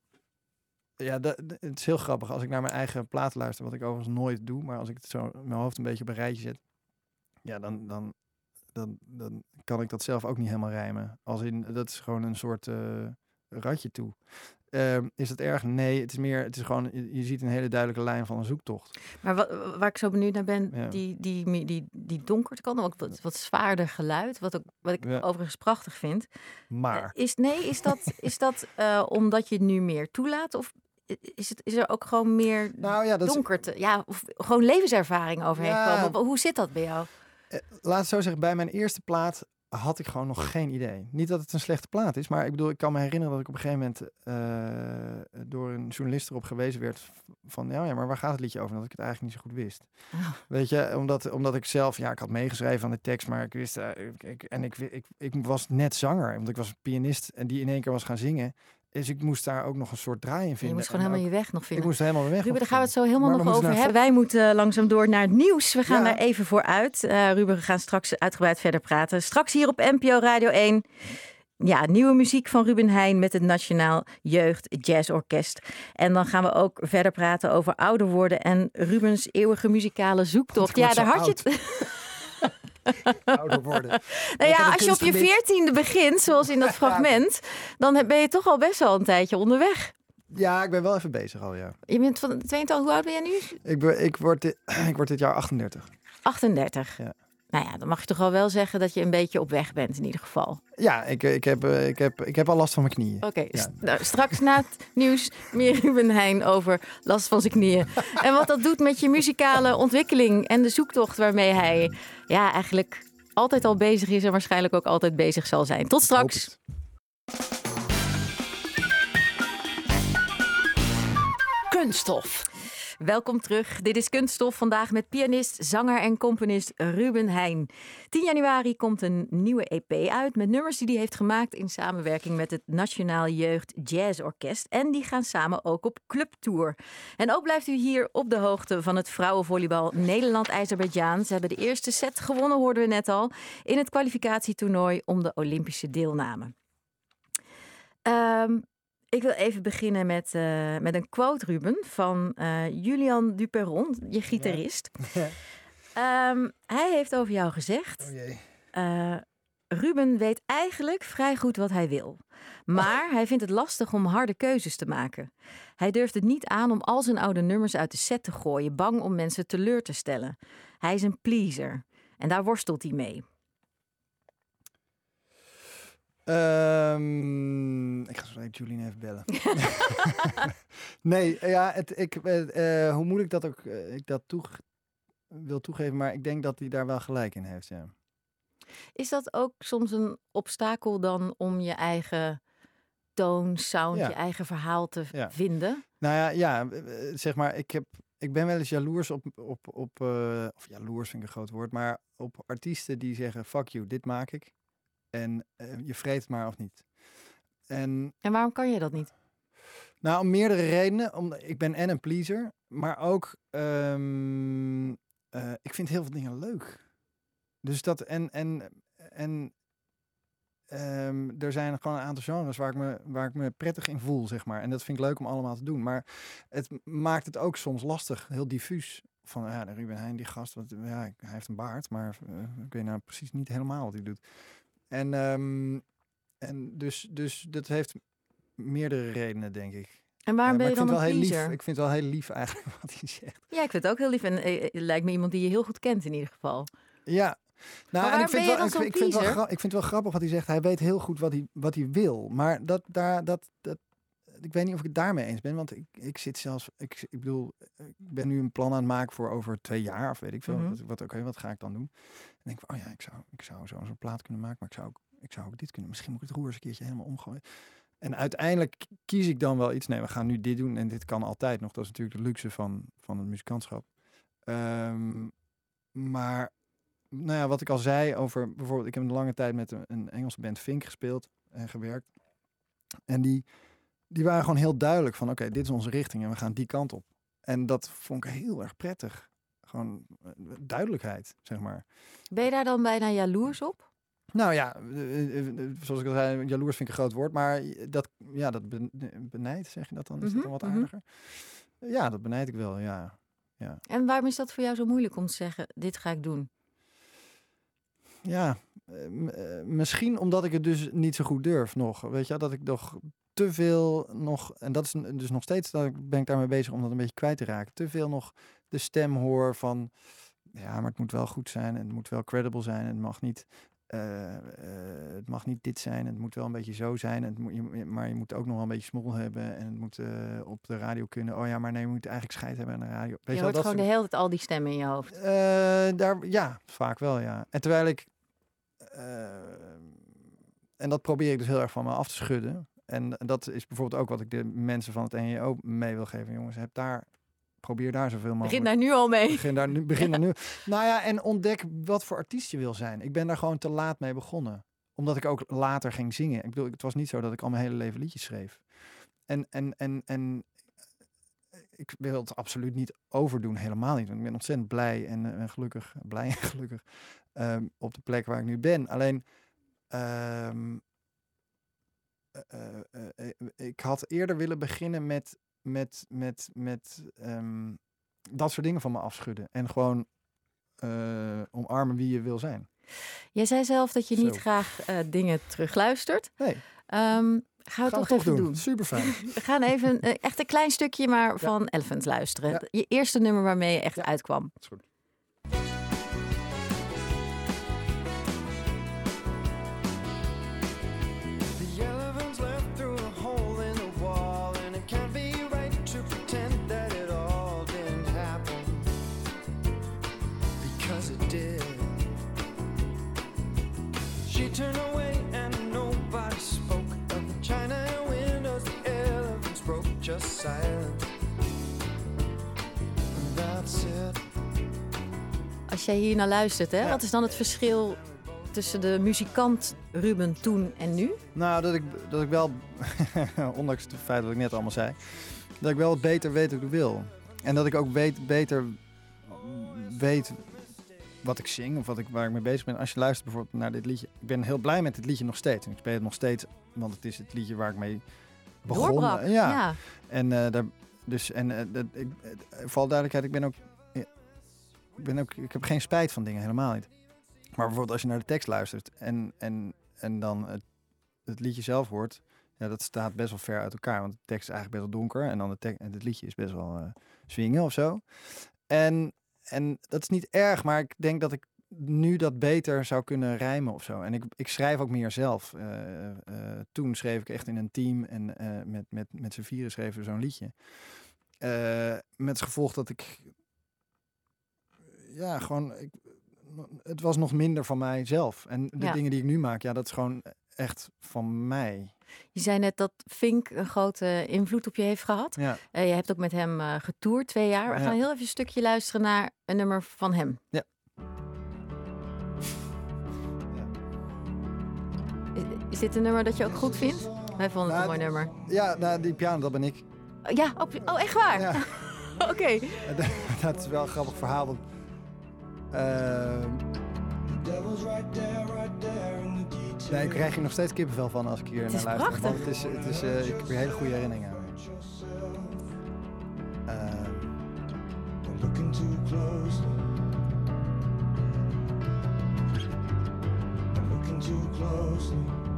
D: Ja, dat, het is heel grappig als ik naar mijn eigen platen luister, wat ik overigens nooit doe, maar als ik het zo in mijn hoofd een beetje op een rijtje zet, ja, dan, dan, dan, dan kan ik dat zelf ook niet helemaal rijmen. Als in, dat is gewoon een soort uh, ratje toe. Uh, is dat erg? Nee, het is meer, het is gewoon, je, je ziet een hele duidelijke lijn van een zoektocht.
C: Maar wat, waar ik zo benieuwd naar ben,
D: ja. die,
C: die, die, die, die donkerte kan, ook wat, wat zwaarder geluid, wat, ook, wat ik ja. overigens prachtig vind.
D: Maar.
C: Is, nee, is dat, is dat uh, omdat je het nu meer toelaat of Is, het, is er ook gewoon meer
D: nou, ja, dat
C: donkerte? Is... Ja, of gewoon levenservaring overheen
D: ja.
C: komen. Hoe zit dat bij jou?
D: Eh, laat het zo zeggen, bij mijn eerste plaat had ik gewoon nog geen idee. Niet dat het een slechte plaat is, maar ik bedoel, ik kan me herinneren dat ik op een gegeven moment uh, door een journalist erop gewezen werd van, ja, ja, maar waar gaat het liedje over? Dat ik het eigenlijk niet zo goed wist. Oh. Weet je, omdat, omdat ik zelf, ja, ik had meegeschreven aan de tekst, maar ik wist, uh, ik, ik, en ik, ik, ik, ik was net zanger, want ik was pianist en die in één keer was gaan zingen. Dus ik moest daar ook nog een soort draai in vinden.
C: Je moest gewoon
D: En
C: helemaal
D: ook-
C: je weg nog
D: Ik
C: vinden.
D: moest helemaal weg.
C: Ruben,
D: nog
C: daar gaan we het zo
D: vinden.
C: helemaal
D: Maar
C: nog
D: we
C: over
D: moeten
C: hebben. Wij moeten uh, langzaam door naar het nieuws. We gaan
D: Ja.
C: daar even voor uit. Uh, Ruben, we gaan straks uitgebreid verder praten. Straks hier op N P O Radio één. Ja, nieuwe muziek van Ruben Heijn met het Nationaal Jeugd Jazz Orkest. En dan gaan we ook verder praten over ouder worden en Rubens eeuwige muzikale zoektocht.
D: Ik word
C: Ja, daar
D: zo
C: had je het.
D: ouder worden.
C: Nou
D: Ik heb
C: ja,
D: een
C: als je op je
D: kunstgebied.
C: veertiende begint, zoals in dat fragment, dan heb- ben je toch al best wel een tijdje onderweg.
D: Ja, ik ben wel even bezig al, ja.
C: Je bent van tweeëntwintig, hoe oud ben jij nu?
D: Ik, ben, ik, word, dit, ik word dit jaar achtendertig.
C: achtendertig.
D: Ja.
C: Nou ja, dan mag je toch al wel zeggen dat je een beetje op weg bent in ieder geval.
D: Ja, ik, ik, heb, eh, ik, heb, ik heb al last van mijn knieën.
C: Oké,
D: Ja.
C: st- nou, straks na het nieuws meer Ruben Heijn over last van zijn knieën. En wat dat doet met je muzikale ontwikkeling en de zoektocht waarmee hij ja, eigenlijk altijd al bezig is en waarschijnlijk ook altijd bezig zal zijn. Tot
D: Ik hoop
C: straks.
D: het.
C: Kunststof. Welkom terug. Dit is Kunststof. Vandaag met pianist, zanger en componist Ruben Heijn. tien januari komt een nieuwe E P uit met nummers die hij heeft gemaakt in samenwerking met het Nationaal Jeugd Jazz Orkest. En die gaan samen ook op clubtour. En ook blijft u hier op de hoogte van het vrouwenvolleybal Nederland-Azerbeidzjan. Ze hebben de eerste set gewonnen, hoorden we net al, in het kwalificatietoernooi om de Olympische deelname. Um, Ik wil even beginnen met, uh, met een quote, Ruben, van uh, Julian Duperron, je gitarist. Ja. Um, hij heeft over jou gezegd,
D: Oh jee.
C: uh, Ruben weet eigenlijk vrij goed wat hij wil. Maar oh. hij vindt het lastig om harde keuzes te maken. Hij durft het niet aan om al zijn oude nummers uit de set te gooien, bang om mensen teleur te stellen. Hij is een pleaser en daar worstelt hij mee.
D: Um, ik ga zo even Julien even bellen. nee, ja, het, ik, uh, hoe moeilijk dat ook uh, ik dat toe, wil toegeven, maar ik denk dat hij daar wel gelijk in heeft. Ja.
C: Is dat ook soms een obstakel dan om je eigen toon, sound, ja. je eigen verhaal te ja. vinden?
D: Nou ja, ja, zeg maar, ik heb, ik ben wel eens jaloers op, op, op uh, of jaloers vind ik een groot woord, maar op artiesten die zeggen, fuck you, dit maak ik. En uh, je vreet het maar of niet. En,
C: en waarom kan je dat niet?
D: Nou, om meerdere redenen. Om, ik ben en een pleaser, maar ook... Um, uh, ik vind heel veel dingen leuk. Dus dat... En, en, en um, er zijn gewoon een aantal genres waar ik, me, waar ik me prettig in voel, zeg maar. En dat vind ik leuk om allemaal te doen. Maar het maakt het ook soms lastig, heel diffuus. Van, ja, de Ruben Heijn, die gast, wat, ja, hij heeft een baard, maar uh, ik weet nou precies niet helemaal wat hij doet. En, um, en dus, dus dat heeft meerdere redenen, denk ik.
C: En waarom
D: uh,
C: ben je dan een
D: pleaser?
C: pleaser?
D: Ik vind het wel heel lief eigenlijk wat hij zegt.
C: Ja, ik vind het ook heel lief. En uh, het lijkt me iemand die je heel goed kent in ieder geval.
D: Ja. Nou,
C: maar
D: en ik vind,
C: ben
D: wel,
C: je dan
D: ik, ik, vind wel gra- ik vind het wel grappig wat hij zegt. Hij weet heel goed wat hij, wat hij wil. Maar dat, daar, dat, dat, ik weet niet of ik het daarmee eens ben. Want ik, ik zit zelfs... Ik, ik bedoel, ik ben nu een plan aan het maken voor over twee jaar. Of weet ik veel. Mm-hmm. Wat, wat, Oké, okay, wat ga ik dan doen? En denk ik, oh ja, ik zou, ik zou zo zo'n plaat kunnen maken. Maar ik zou ook... Ik zou ook dit kunnen. Misschien moet ik het roer eens een keertje helemaal omgooien. En uiteindelijk kies ik dan wel iets. Nee, we gaan nu dit doen. En dit kan altijd nog. Dat is natuurlijk de luxe van, van het muzikantschap. Um, maar, nou ja, wat ik al zei over... Bijvoorbeeld, ik heb een lange tijd met een, een Engelse band Fink gespeeld en gewerkt. En die, die waren gewoon heel duidelijk van... Oké, okay, dit is onze richting en we gaan die kant op. En dat vond ik heel erg prettig. Gewoon duidelijkheid, zeg maar.
C: Ben je daar dan bijna jaloers op?
D: Nou ja, zoals ik al zei, jaloers vind ik een groot woord, maar dat, ja, dat benijd, zeg je dat dan? Is dat dan wat aardiger? Mm-hmm. Ja, dat benijd ik wel, ja. ja.
C: En waarom is dat voor jou zo moeilijk om te zeggen, dit ga ik doen?
D: Ja, m- misschien omdat ik het dus niet zo goed durf nog. Weet je, dat ik nog te veel nog, en dat is dus nog steeds, dat ik, ben ik daarmee bezig om dat een beetje kwijt te raken. Te veel nog de stem hoor van, ja, maar het moet wel goed zijn en het moet wel credible zijn en het mag niet... Uh, uh, het mag niet dit zijn, het moet wel een beetje zo zijn, het moet, je, maar je moet ook nog wel een beetje smol hebben en het moet uh, op de radio kunnen. Oh ja, maar nee, je moet eigenlijk scheid hebben aan de radio.
C: Weet je hoort
D: dat
C: gewoon
D: soort...
C: de hele tijd al die stemmen in je hoofd.
D: Uh, daar, ja, vaak wel, ja. En terwijl ik, uh, en dat probeer ik dus heel erg van me af te schudden. En dat is bijvoorbeeld ook wat ik de mensen van het N J O mee wil geven. Jongens, heb daar... Probeer daar zoveel mogelijk...
C: Begin daar nu al mee.
D: Begin daar nu, begin daar nu. Nou ja, en ontdek wat voor artiest je wil zijn. Ik ben daar gewoon te laat mee begonnen. omdat ik ook later ging zingen. Ik bedoel, het was niet zo dat ik al mijn hele leven liedjes schreef. En, en, en, en ik wil het absoluut niet overdoen, helemaal niet. Want ik ben ontzettend blij en, uh, en gelukkig, blij en gelukkig um, op de plek waar ik nu ben. Alleen, um, uh, uh, uh, ik had eerder willen beginnen met, met, met, met um, dat soort dingen van me afschudden. En gewoon uh, omarmen wie je wil zijn.
C: Jij zei zelf dat je
D: Zo.
C: niet graag uh, dingen terugluistert.
D: Nee.
C: Um, gaan we
D: Gaan
C: het toch
D: we toch
C: even doen.
D: doen. Super fijn.
C: We gaan even uh, echt een klein stukje maar
D: Ja.
C: van Elephants luisteren.
D: Ja.
C: Je eerste nummer waarmee je echt
D: Ja.
C: uitkwam.
D: Dat is goed.
G: The elephants left through a hole in the wall, and it can't be right to pretend that it all didn't happen, because it did. She turned away and nobody spoke of the china windows the elephants broke, just silent. And that's it.
C: Als jij hier naar luistert, hè,
D: Ja.
C: wat is dan het verschil tussen de muzikant Ruben toen en nu?
D: Nou, dat ik, dat ik wel, ondanks het feit dat ik net allemaal zei, dat ik wel wat beter weet wat ik wil. En dat ik ook weet, beter weet wat ik zing of wat ik, waar ik mee bezig ben. Als je luistert bijvoorbeeld naar dit liedje. Ik ben heel blij met dit liedje nog steeds. En ik speel het nog steeds, want het is het liedje waar ik mee begon.
C: Doorbrak.
D: Ja.
C: Ja.
D: En uh, daar, dus, en uh, dat, ik, uh, voor alle duidelijkheid, ik ben ook, ja, ik ben ook, ik heb geen spijt van dingen, helemaal niet. Maar bijvoorbeeld als je naar de tekst luistert en, en, en dan het, het liedje zelf hoort, ja, dat staat best wel ver uit elkaar. Want de tekst is eigenlijk best wel donker en dan de tekst, en het liedje is best wel uh, swingen of zo. En, en dat is niet erg, maar ik denk dat ik nu dat beter zou kunnen rijmen of zo. En ik, ik schrijf ook meer zelf. Uh, uh, toen schreef ik echt in een team en uh, met, met, met z'n vieren schreven we zo'n liedje. Uh, met het gevolg dat ik, ja, gewoon, ik, het was nog minder van mijzelf. En de
C: Ja.
D: dingen die ik nu maak, ja, dat is gewoon echt van mij.
C: Je zei net dat Fink een grote invloed op je heeft gehad.
D: Ja.
C: Uh, je hebt ook met hem uh, getoerd twee jaar. We
D: Ja.
C: gaan heel even een stukje luisteren naar een nummer van hem.
D: Ja.
C: Is, is dit een nummer dat je ook goed vindt? Wij vonden het
D: Nou,
C: een mooi nummer.
D: Ja, nou, die piano, dat ben ik.
C: Oh, ja, op, oh echt waar?
D: Ja.
C: Oké.
D: Dat is wel een grappig verhaal. Want, uh, nee, ik krijg hier nog steeds kippenvel van als ik hier
C: Het
D: naar
C: is
D: luister.
C: prachtig.
D: Want het is, het is, uh, ik heb hier hele goede herinneringen aan. Uh,
G: Looking too close. Looking too close.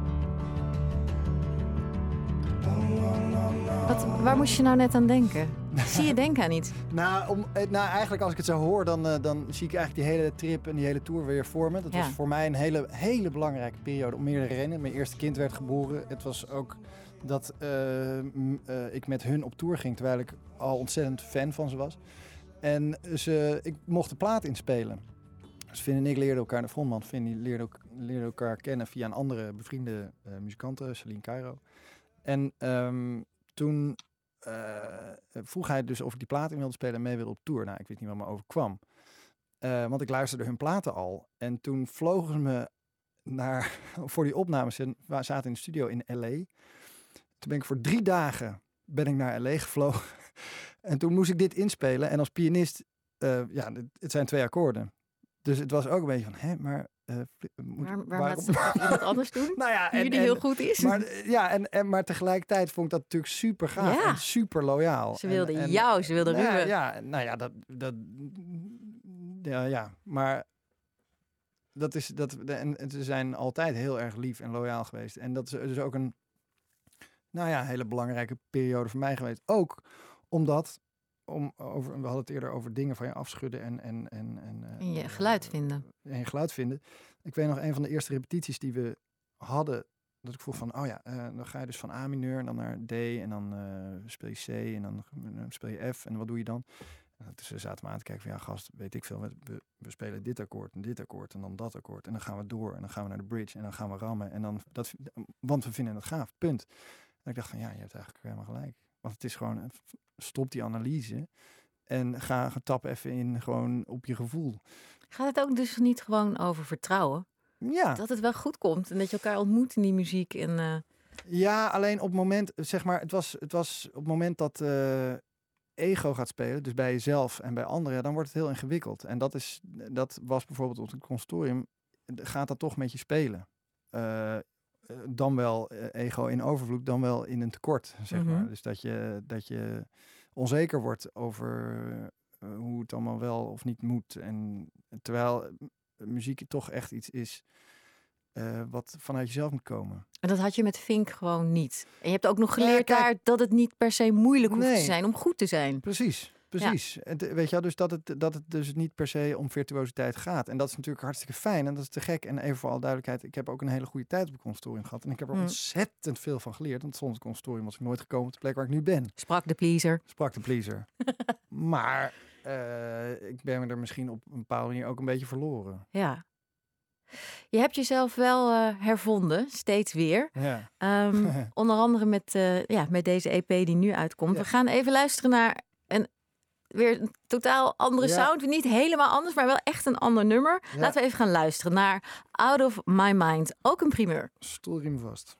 C: Wat, waar moest je nou net aan denken? Zie je denken aan iets?
D: nou, om, eh, nou, eigenlijk als ik het zo hoor, dan, uh, dan zie ik eigenlijk die hele trip en die hele tour weer voor me. Dat
C: Ja.
D: was voor mij een hele, hele belangrijke periode om meerdere redenen. Mijn eerste kind werd geboren. Het was ook dat uh, m, uh, ik met hun op tour ging, terwijl ik al ontzettend fan van ze was. En ze, ik mocht de plaat inspelen. Dus Finn en ik leerden elkaar, de frontman Finn, die leerde, ook, leerde elkaar kennen via een andere bevriende uh, muzikante, Celine Cairo. En um, toen uh, vroeg hij dus of ik die plaat in wilde spelen en mee wilde op tour. Nou, ik weet niet wat me overkwam. Uh, want ik luisterde hun platen al. En toen vlogen ze me naar, voor die opnames. We zaten in de studio in L A. Toen ben ik voor drie dagen ben ik naar L A gevlogen. En toen moest ik dit inspelen. En als pianist, uh, ja, het zijn twee akkoorden. Dus het was ook een beetje van, hè, maar... Uh, moet,
C: Waar, waar
D: waarom?
C: gaat het iemand anders doen?
D: Nou ja,
C: Die jullie heel goed is.
D: Maar, ja, en, en, maar tegelijkertijd vond ik dat natuurlijk super gaaf
C: Ja.
D: en super loyaal.
C: Ze wilden
D: en, en,
C: jou, ze wilden
D: nou ja,
C: Ruben.
D: ja, nou ja, dat... dat ja, ja, maar... Dat is, dat, en ze zijn altijd heel erg lief en loyaal geweest. En dat is dus ook een... Nou ja, hele belangrijke periode voor mij geweest. Ook omdat... Om over, we hadden het eerder over dingen van je afschudden en... En, en, en, uh,
C: En je geluid vinden.
D: En je geluid vinden. Ik weet nog een van de eerste repetities die we hadden... Dat ik vroeg van, oh ja, uh, dan ga je dus van A mineur en dan naar D en dan uh, speel je C en dan uh, speel je F en wat doe je dan? En toen zaten we aan te kijken van, ja gast, weet ik veel, we, we spelen dit akkoord en dit akkoord en dan dat akkoord en dan gaan we door en dan gaan we naar de bridge en dan gaan we rammen en dan dat, want we vinden het gaaf, punt. En ik dacht van, ja, je hebt eigenlijk helemaal gelijk. Want het is gewoon, stop die analyse en ga, ga tap even in gewoon op je gevoel.
C: Gaat het ook dus niet gewoon over vertrouwen?
D: Ja.
C: dat het wel goed komt. En dat je elkaar ontmoet in die muziek. En, uh...
D: ja, alleen op het moment, zeg maar, het was, het was op het moment dat uh, ego gaat spelen, dus bij jezelf en bij anderen, dan wordt het heel ingewikkeld. En dat, is, dat was bijvoorbeeld op het consortium, gaat dat toch met je spelen. Uh, dan wel uh, ego in overvloed, dan wel in een tekort, zeg
C: Mm-hmm.
D: maar. Dus dat je, dat je onzeker wordt over uh, hoe het allemaal wel of niet moet. En terwijl muziek toch echt iets is uh, wat vanuit jezelf moet komen.
C: En dat had je met Fink gewoon niet. En je hebt ook nog geleerd
D: ja, kijk,
C: daar dat het niet per se moeilijk hoeft
D: nee.
C: te zijn om goed te zijn.
D: Precies. Precies. Ja. En te, weet je wel, dus dat het, dat het dus niet per se om virtuositeit gaat. En dat is natuurlijk hartstikke fijn en dat is te gek. En even voor alle duidelijkheid, ik heb ook een hele goede tijd op het consortium gehad. En ik heb er mm. ontzettend veel van geleerd. Want zonder het consortium was ik nooit gekomen op de plek waar ik nu ben.
C: Sprak de pleaser.
D: Sprak de pleaser. Maar uh, ik ben er misschien op een bepaalde manier ook een beetje verloren.
C: Ja. Je hebt jezelf wel uh, hervonden, steeds weer.
D: Ja.
C: Um, onder andere met, uh, ja, met deze E P die nu uitkomt. Ja. We gaan even luisteren naar een weer een totaal andere ja. sound. Niet helemaal anders, maar wel echt een ander nummer. Ja. Laten we even gaan luisteren naar Out of My Mind. Ook een primeur.
D: Stoelriem vast.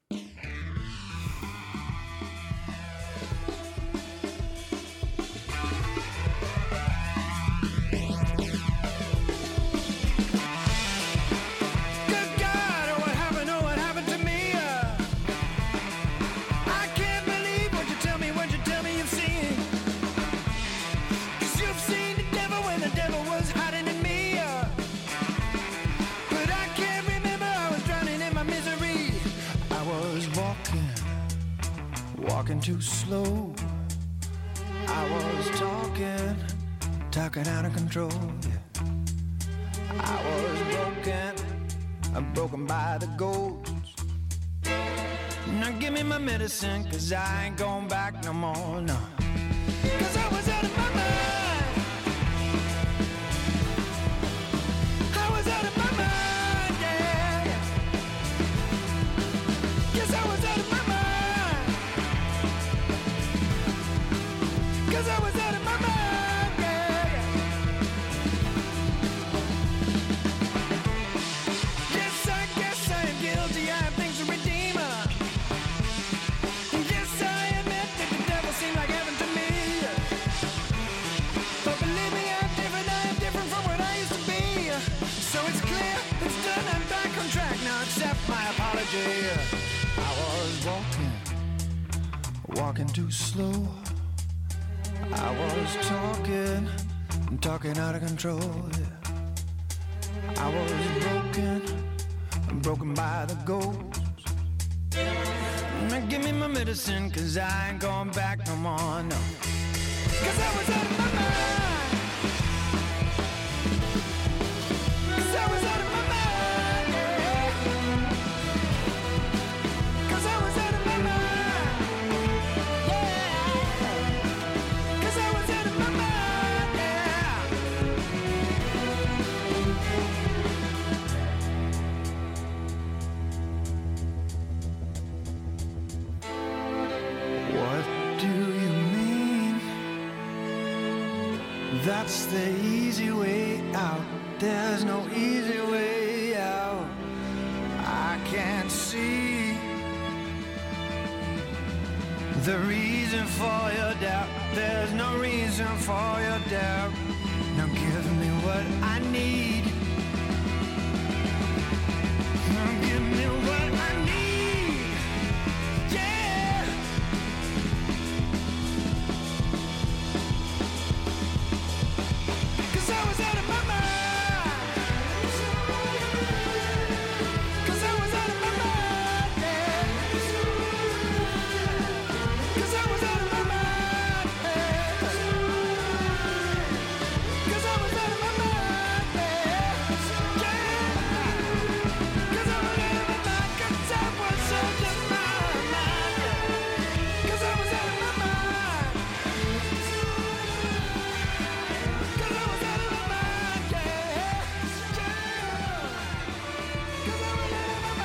D: Walking too slow. I was talking, talking out of control. Yeah. I was broken, I'm broken by the ghosts. Now give me my medicine, cause I ain't going back no more, no. Cause I was out of my mind. I was out of my mind, yeah. Yes, I was out of my mind. Cause I was out of my mind, yeah, yeah. Yes, I guess I am guilty, I have things to redeem. Yes, I admit that the devil seemed like heaven to me. But believe me, I'm different, I am different from what I used to be. So it's clear, it's done, I'm back on track, now accept my apology. I was walking, walking too slow. I was talking, talking out of control. Yeah. I was broken, broken by the ghosts. Now give me my medicine, cause I ain't going back no more, no. Cause I was out of my mind. Cause I was out of my mind, yeah. Cause I was out of my mind. That's the easy way out. There's no easy way out. I can't see the reason for your doubt. There's no reason for your doubt. Now give me what I need. Now give me what I need. Yeah. Cause I was out of my mind. Cause I was out of my mind, yeah. Cause I was out of my mind, yeah. Cause I was out of my mind, yeah. Cause I was out of my mind, cause I was out of my mind, yeah. Cause I was out of my mind. Cause I was out of my mind, yeah. Cause I was out of my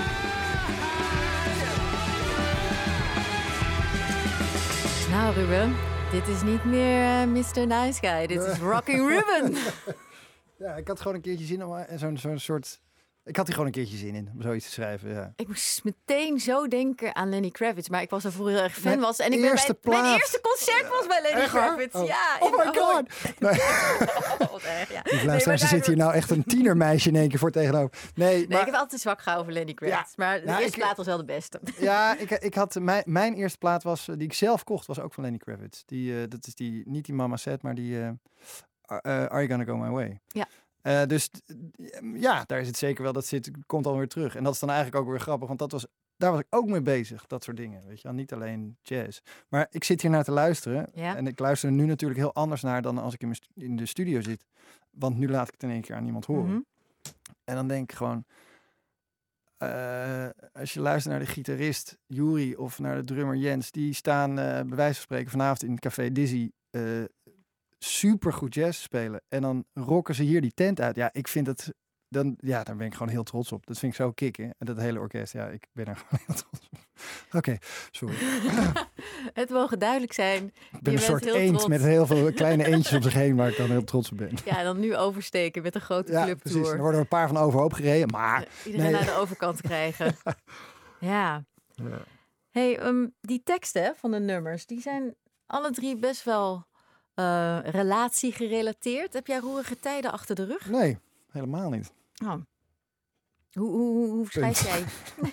D: mind.
C: Nou Ruben, dit is niet meer uh, mister Nice Guy. Dit is Rocking Ruben.
D: Ja, ik had gewoon een keertje zin om uh, zo'n zo'n soort Ik had hier gewoon een keertje zin in om zoiets te schrijven. Ja.
C: Ik moest meteen zo denken aan Lenny Kravitz. Maar ik was er vroeger heel erg fan
D: Mijn
C: was. En ik ben
D: eerste
C: bij, mijn
D: plaat.
C: eerste concert was bij Lenny
D: Echt waar?
C: Kravitz.
D: Oh.
C: Ja,
D: Oh
C: in
D: my
C: Ahoy.
D: god. Nee.
C: Oh, wat erg, ja.
D: Die
C: Nee,
D: luisteraars,
C: maar
D: er zit hier
C: daar-
D: nou echt een tienermeisje in één keer voor tegenover. Nee,
C: Nee,
D: maar,
C: ik heb altijd zwak gehouden voor Lenny Kravitz. Maar de
D: nou,
C: eerste
D: ik-
C: plaat was wel de beste.
D: ja, ik, ik had mijn, mijn eerste plaat was eh, die ik zelf kocht, was ook van Lenny Kravitz. Die, eh, dat is die, niet die Mama Said, maar die eh, Are eh, Are You Gonna Go My Way.
C: Ja.
D: Eh, dus t- ja, daar is het zeker wel. Dat zit, komt alweer terug. En dat is dan eigenlijk ook weer grappig, want dat was, daar was ik ook mee bezig. Dat soort dingen, weet je wel. Niet alleen jazz. Maar ik zit hier naar te luisteren.
C: Ja.
D: En ik luister er nu natuurlijk heel anders naar dan als ik in, mijn stu- in de studio zit. Want nu laat ik het in één keer aan iemand horen.
C: Mhm.
D: En dan denk ik gewoon, eh, als je luistert naar de gitarist Yuri of naar de drummer Jens, die staan eh, bij wijze van spreken vanavond in het Café Dizzy eh super goed jazz te spelen. En dan rocken ze hier die tent uit. Ja, ik vind het, dan, ja, daar ben ik gewoon heel trots op. Dat vind ik zo kicken. En dat hele orkest, ja, ik ben er gewoon heel trots op. Oké, sorry.
C: Het mogen duidelijk zijn.
D: Ik ben
C: Je
D: een
C: bent
D: soort
C: heel
D: eend
C: trots.
D: met heel veel kleine eendjes om zich heen waar ik dan heel trots op ben.
C: Ja, dan nu oversteken met een grote
D: Ja, precies. Er
C: clubtour.
D: worden een paar van overhoop gereden, maar...
C: Eh, Iedereen
D: nee.
C: naar de overkant krijgen. Ja.
D: Ja.
C: Hey, ehm, die teksten van de nummers, die zijn alle drie best wel eh relatiegerelateerd. Heb jij roerige tijden achter de rug?
D: Nee, helemaal niet.
C: Oh. Hoe, hoe, hoe, hoe schrijf jij?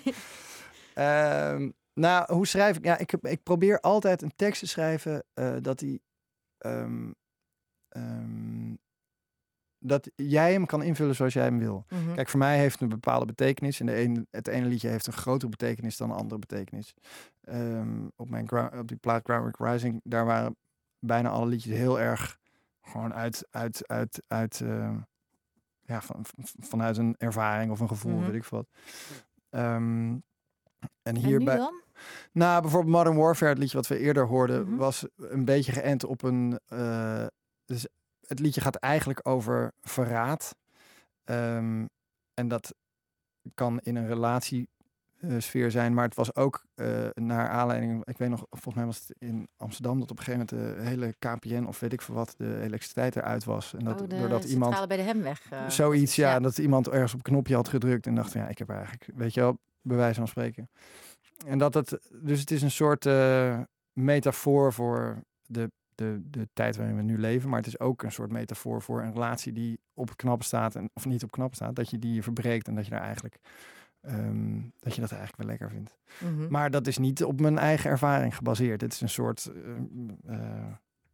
D: Ehm, nou, hoe schrijf ik? Ja, ik, heb- ik probeer altijd een tekst te schrijven eh, dat die... ehm, ehm, dat jij hem kan invullen zoals jij hem wil.
C: Mhm.
D: Kijk, voor mij heeft het een bepaalde betekenis. En de een, het ene liedje heeft een grotere betekenis dan een andere betekenis. Ehm, op, mijn grou- op die plaat Groundwork Rising, daar waren bijna alle liedjes heel erg gewoon uit, uit, uit, uit ehm, ja, van, van- vanuit een ervaring of een gevoel,
C: Mhm.
D: weet ik veel wat. Ehm, en
C: En nu
D: hierbij,
C: dan?
D: nou, bijvoorbeeld Modern Warfare, het liedje wat we eerder hoorden,
C: Mhm.
D: was een beetje geënt op een. eh, dus het liedje gaat eigenlijk over verraad. Ehm, en dat kan in een relatiesfeer zijn, maar het was ook eh, naar aanleiding. Ik weet nog, volgens mij was het in Amsterdam dat op een gegeven moment de hele K P N of weet ik veel wat, de elektriciteit eruit was. En dat
C: Oh, de
D: doordat
C: centrale
D: iemand.
C: bij de Hemweg. eh,
D: Zoiets, ja,
C: ja.
D: dat iemand ergens op een knopje had gedrukt en dacht van ja, ik heb eigenlijk, weet je wel, bij wijze van spreken. En dat het, dus het is een soort eh, metafoor voor de, de, de tijd waarin we nu leven, maar het is ook een soort metafoor voor een relatie die op het knappen staat, en, of niet op knappen staat, dat je die verbreekt en dat je daar eigenlijk, ehm, dat je dat eigenlijk wel lekker vindt.
C: Mhm.
D: Maar dat is niet op mijn eigen ervaring gebaseerd. Het is een soort, eh, eh,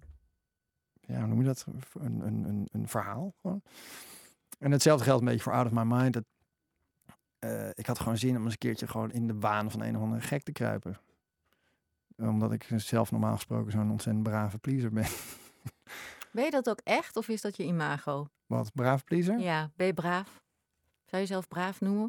D: ja, hoe noem je dat? Een, een, een, een verhaal gewoon. En hetzelfde geldt een beetje voor Out of My Mind. Dat, eh, ik had gewoon zin om eens een keertje gewoon in de waan van een of andere gek te kruipen. Omdat ik zelf normaal gesproken zo'n ontzettend brave pleaser ben.
C: Ben je dat ook echt of is dat je imago?
D: Wat, brave pleaser?
C: Ja, ben je braaf? Zou je jezelf braaf noemen?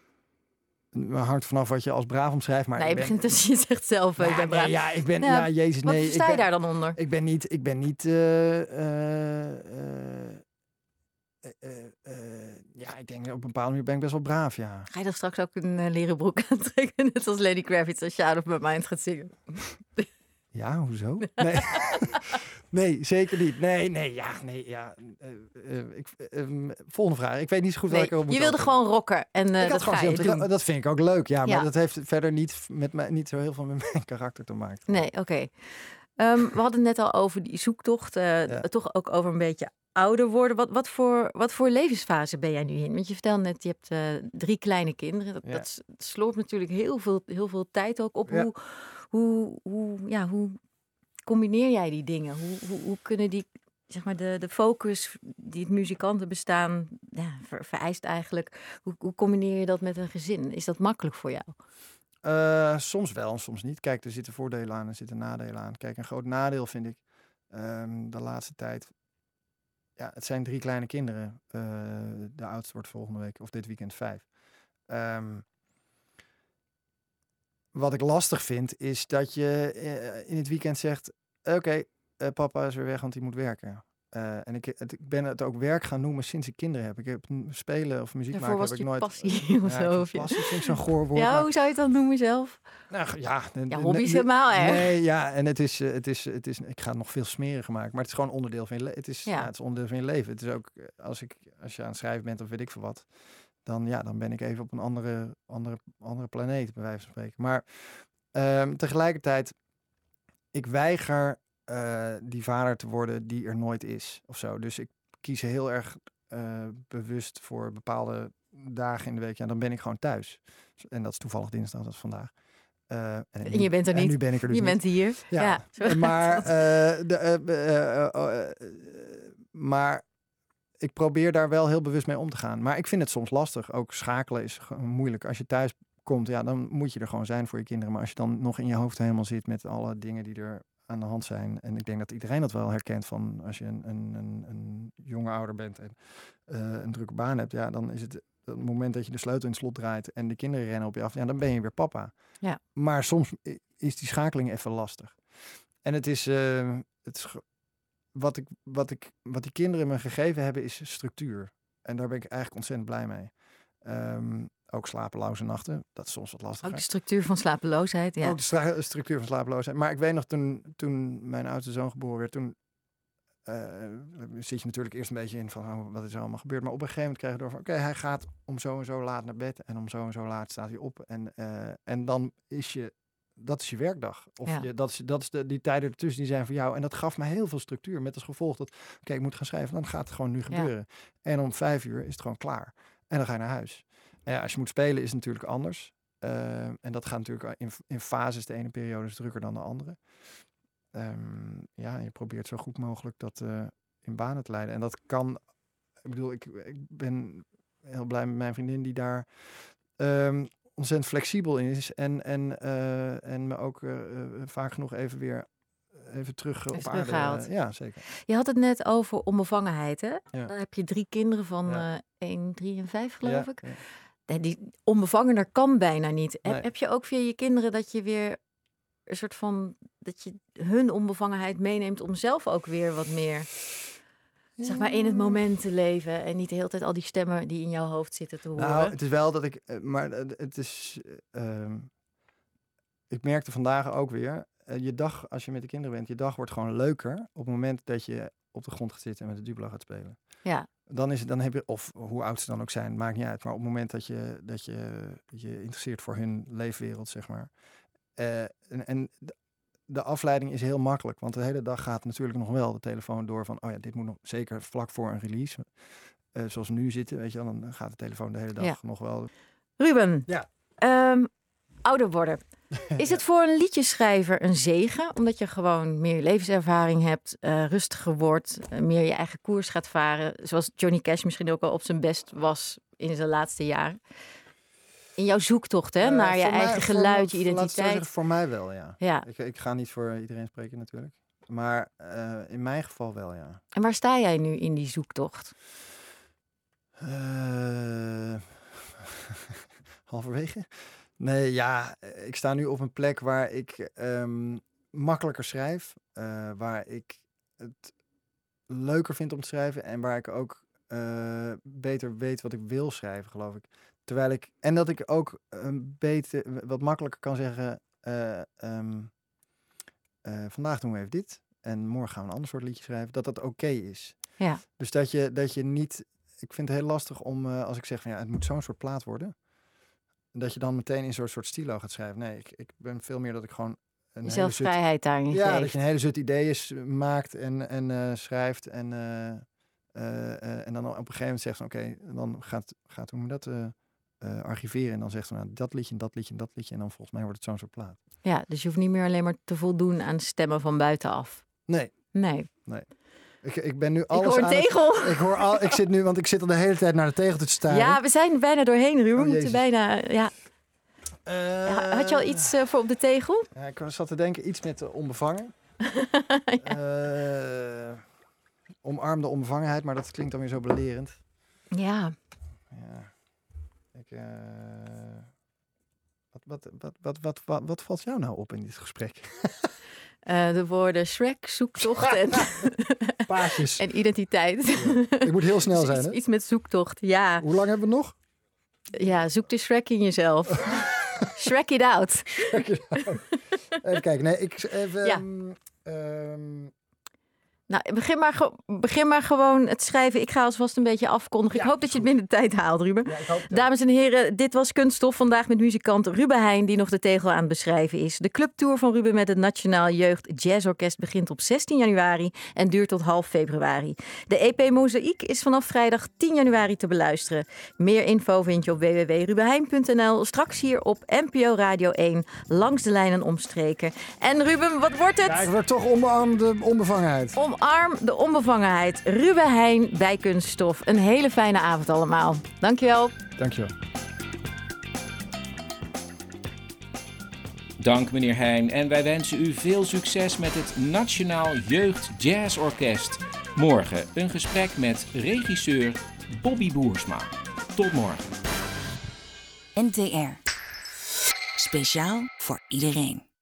D: Het hangt vanaf wat je als braaf omschrijft. Maar
C: nee,
D: ik
C: je
D: ben,
C: begint dus je zegt zelf, eh, ik
D: Ja,
C: ben
D: nee,
C: braaf.
D: ja, ik ben,
C: Ja,
D: ja, jezus,
C: Wat
D: nee.
C: versta
D: ik
C: je
D: ben,
C: daar dan onder?
D: Ik ben niet, ik ben niet, eh, eh, eh, eh, eh, eh, ja, ik denk op een bepaalde manier ben ik best wel braaf, ja.
C: Ga je dan straks ook een eh, leren broek aantrekken, net als Lenny Kravitz als je Out of My Mind gaat zingen?
D: Ja, hoezo? Nee, nee zeker niet. Nee, nee, ja, nee, ja. eh, eh, ik, eh, volgende vraag. Ik weet niet zo goed
C: Nee,
D: waar ik erop moet
C: je wilde
D: antwoorden.
C: gewoon rocken en eh,
D: Ik had
C: dat
D: gewoon
C: ga je
D: zin om te-
C: doen.
D: Dat vind ik ook leuk, ja. Maar
C: Ja.
D: dat heeft verder niet, met mij, niet zo heel veel met mijn karakter te maken.
C: Nee, oké. Ehm, we hadden het net al over die zoektocht, eh,
D: Ja.
C: toch ook over een beetje ouder worden. Wat, wat, voor, wat voor levensfase ben jij nu in? Want je vertelde net, je hebt eh, drie kleine kinderen. Dat,
D: Ja.
C: dat s- sloopt natuurlijk heel veel, heel veel tijd ook op.
D: Ja.
C: Hoe, hoe, hoe, ja, hoe combineer jij die dingen? Hoe, hoe, hoe kunnen die, zeg maar, de, de focus die het muzikantenbestaan ja, ver- vereist eigenlijk. Hoe, hoe combineer je dat met een gezin? Is dat makkelijk voor jou?
D: Eh, soms wel en soms niet. Kijk, er zitten voordelen aan en er zitten nadelen aan. Kijk, een groot nadeel vind ik ehm, de laatste tijd. Ja, het zijn drie kleine kinderen. Eh, de oudste wordt volgende week of dit weekend vijf. Ehm, wat ik lastig vind is dat je eh, in het weekend zegt: oké, eh, papa is weer weg, want hij moet werken. Eh, en ik, het, ik ben het ook werk gaan noemen sinds ik kinderen heb. Ik heb m- spelen of muziek
C: Daarvoor
D: maken
C: was
D: heb
C: het
D: ik
C: je
D: nooit.
C: passie of
D: Ja,
C: zo,
D: ik vind
C: of je-
D: passie vind ik zo'n goor woord.
C: Ja,
D: maar-
C: hoe zou je het dan noemen zelf?
D: nou g- ja, n-
C: Ja,
D: n-
C: hobby is
D: n-
C: helemaal erg.
D: Nee, ja, en het is, eh, het is, het is, ik ga het nog veel smeriger maken, maar het is gewoon onderdeel van je leven. Het is,
C: Ja.
D: ja. het is onderdeel van je leven. Het is ook, eh, als, ik, als je aan het schrijven bent of weet ik veel wat, dan, ja, dan ben ik even op een andere, andere, andere planeet, bij wijze van spreken. Maar um, tegelijkertijd, ik weiger uh, die vader te worden die er nooit is, of zo. Dus ik kies heel erg uh, bewust voor bepaalde dagen in de week. Ja, dan ben ik gewoon thuis. En dat is toevallig dinsdag, dat is vandaag. Uh, en,
C: en je bent er niet.
D: En nu ben ik er dus
C: je
D: niet.
C: bent hier.
D: Ja,
C: ja
D: maar, uh, de, uh, uh, uh, uh, maar ik probeer daar wel heel bewust mee om te gaan. Maar ik vind het soms lastig. Ook schakelen is moeilijk. Als je thuis komt, ja, dan moet je er gewoon zijn voor je kinderen. Maar als je dan nog in je hoofd helemaal zit met alle dingen die er aan de hand zijn. En ik denk dat iedereen dat wel herkent van als je een, een, een, een jonge ouder bent en uh, een drukke baan hebt. Ja, dan is het het moment dat je de sleutel in het slot draait en de kinderen rennen op je af. Ja, dan ben je weer papa.
C: Ja.
D: Maar soms is die schakeling even lastig. En het is, uh, het is wat, ik, wat, ik, wat die kinderen me gegeven hebben is structuur. En daar ben ik eigenlijk ontzettend blij mee. Um, ook slapeloze nachten, dat is soms wat lastiger.
C: Ook de structuur van slapeloosheid, ja.
D: Ook de stra- structuur van slapeloosheid. Maar ik weet nog, toen, toen mijn oudste zoon geboren werd, toen uh, zit je natuurlijk eerst een beetje in van, oh, wat is er allemaal gebeurd? Maar op een gegeven moment krijg je door van, oké, okay, hij gaat om zo en zo laat naar bed en om zo en zo laat staat hij op. En, uh, en dan is je, dat is je werkdag. Of
C: ja.
D: je, dat is, dat is de, die tijden ertussen, die zijn voor jou. En dat gaf me heel veel structuur, met als gevolg dat, oké, okay, ik moet gaan schrijven, dan gaat het gewoon nu gebeuren. Ja. En om vijf uur is het gewoon klaar. En dan ga je naar huis. En ja, als je moet spelen is het natuurlijk anders. Uh, en dat gaat natuurlijk in, in fases. De ene periode is drukker dan de andere. Um, ja, je probeert zo goed mogelijk dat uh, in banen te leiden. En dat kan, ik bedoel, ik, ik ben heel blij met mijn vriendin die daar um, ontzettend flexibel in is. En, en, uh, en me ook uh, uh, vaak genoeg even weer even terug uh, op aarde. Uh, ja, zeker.
C: Je had het net over onbevangenheid, hè?
D: Ja. Dan
C: heb je drie kinderen van ja. uh, één, drie en vijf, geloof
D: ja,
C: ik.
D: Ja.
C: Die onbevangener kan bijna niet.
D: Nee.
C: Heb, heb je ook via je kinderen dat je weer een soort van, dat je hun onbevangenheid meeneemt om zelf ook weer wat meer, ja. zeg maar, in het moment te leven en niet de hele tijd al die stemmen die in jouw hoofd zitten te horen?
D: Nou, het is wel dat ik, maar het is, uh, ik merkte vandaag ook weer, uh, je dag, als je met de kinderen bent, je dag wordt gewoon leuker op het moment dat je op de grond gaat zitten en met de Duplo gaat spelen.
C: Ja.
D: Dan is het, dan heb je, of hoe oud ze dan ook zijn, maakt niet uit. Maar op het moment dat je dat je, je interesseert voor hun leefwereld, zeg maar. Uh, en en de, de afleiding is heel makkelijk. Want de hele dag gaat natuurlijk nog wel de telefoon door van, oh ja, dit moet nog zeker vlak voor een release. Uh, zoals we nu zitten, weet je wel, dan gaat de telefoon de hele dag ja. nog wel.
C: Ruben,
D: ja.
C: um, ouder worden. Is het voor een liedjeschrijver een zegen? Omdat je gewoon meer levenservaring hebt, uh, rustiger wordt, uh, meer je eigen koers gaat varen. Zoals Johnny Cash misschien ook al op zijn best was in zijn laatste jaren. In jouw zoektocht, hè, uh, naar je eigen mij, geluid, je identiteit.
D: Zeggen, voor mij wel, ja.
C: ja.
D: Ik, ik ga niet voor iedereen spreken natuurlijk. Maar uh, in mijn geval wel, ja.
C: En waar sta jij nu in die zoektocht?
D: Uh, halverwege. Nee, ja, ik sta nu op een plek waar ik um, makkelijker schrijf. Uh, waar ik het leuker vind om te schrijven. En waar ik ook uh, beter weet wat ik wil schrijven, geloof ik. Terwijl ik, en dat ik ook een beter, wat makkelijker kan zeggen. Uh, um, uh, vandaag doen we even dit. En morgen gaan we een ander soort liedje schrijven. Dat dat oké okay is.
C: Ja.
D: Dus dat je, dat je niet. Ik vind het heel lastig om, uh, als ik zeg van ja, het moet zo'n soort plaat worden. Dat je dan meteen in zo'n soort stilo gaat schrijven. Nee, ik, ik ben veel meer dat ik gewoon een
C: zelf vrijheid daarin
D: ja,
C: geeft.
D: Dat je een hele zut ideeën maakt en, en uh, schrijft. En, uh, uh, uh, en dan op een gegeven moment zegt van oké, okay, dan gaat, gaat hoe moet dat uh, uh, archiveren. En dan zegt ze nou dat liedje, dat liedje, dat liedje. En dan volgens mij wordt het zo'n soort plaat.
C: Ja, dus je hoeft niet meer alleen maar te voldoen aan stemmen van buitenaf.
D: Nee.
C: Nee.
D: Nee. Ik, ik ben nu alles
C: ik hoor een
D: aan
C: tegel.
D: Het, ik hoor al, ik zit nu, want ik zit al de hele tijd naar de tegel te staren.
C: Ja, we zijn bijna doorheen, Ruben.
D: Oh,
C: we moeten bijna, ja.
D: Uh,
C: Had je al iets uh, voor op de tegel?
D: Ja, ik zat te denken, iets met uh, onbevangen. ja. uh, omarmde onbevangenheid, maar dat klinkt dan weer zo belerend.
C: Ja.
D: Ja. Ik, uh, wat, wat, wat, wat, wat, wat, wat valt jou nou op in dit gesprek?
C: uh, de woorden Shrek, zoektocht en,
D: Paasjes.
C: en identiteit.
D: Ja. Ik moet heel snel zijn,
C: iets,
D: hè?
C: Iets met zoektocht, ja.
D: Hoe lang hebben we nog?
C: Ja, zoek de Shrek in jezelf. Shrek it out.
D: Shrek it out. Even kijken. Nee, ik even...
C: Ja.
D: Um, um,
C: Nou, begin maar, ge- begin maar gewoon het schrijven. Ik ga alvast een beetje afkondigen.
D: Ja,
C: ik hoop dat je het binnen de tijd haalt, Ruben.
D: Ja, ik hoop het.
C: Dames en heren, dit was Kunststof. Vandaag met muzikant Ruben Heijn, die nog de tegel aan het beschrijven is. De clubtour van Ruben met het Nationaal Jeugd Jazzorkest begint op zestien januari en duurt tot half februari. De E P Mozaïek is vanaf vrijdag tien januari te beluisteren. Meer info vind je op w w w punt rubenheijn punt n l. Straks hier op N P O Radio één, langs de lijnen omstreken. En Ruben, wat wordt het?
D: Ja, ik word toch omarm de onbevangenheid.
C: Omarm de onbevangenheid. Ruben Heijn bij Kunststof. Een hele fijne avond allemaal. Dankjewel.
D: Dankjewel.
B: Dank meneer Heijn en wij wensen u veel succes met het Nationaal Jeugd Jazz Orkest. Morgen een gesprek met regisseur Bobby Boersma. Tot morgen.
H: N T R. Speciaal voor iedereen.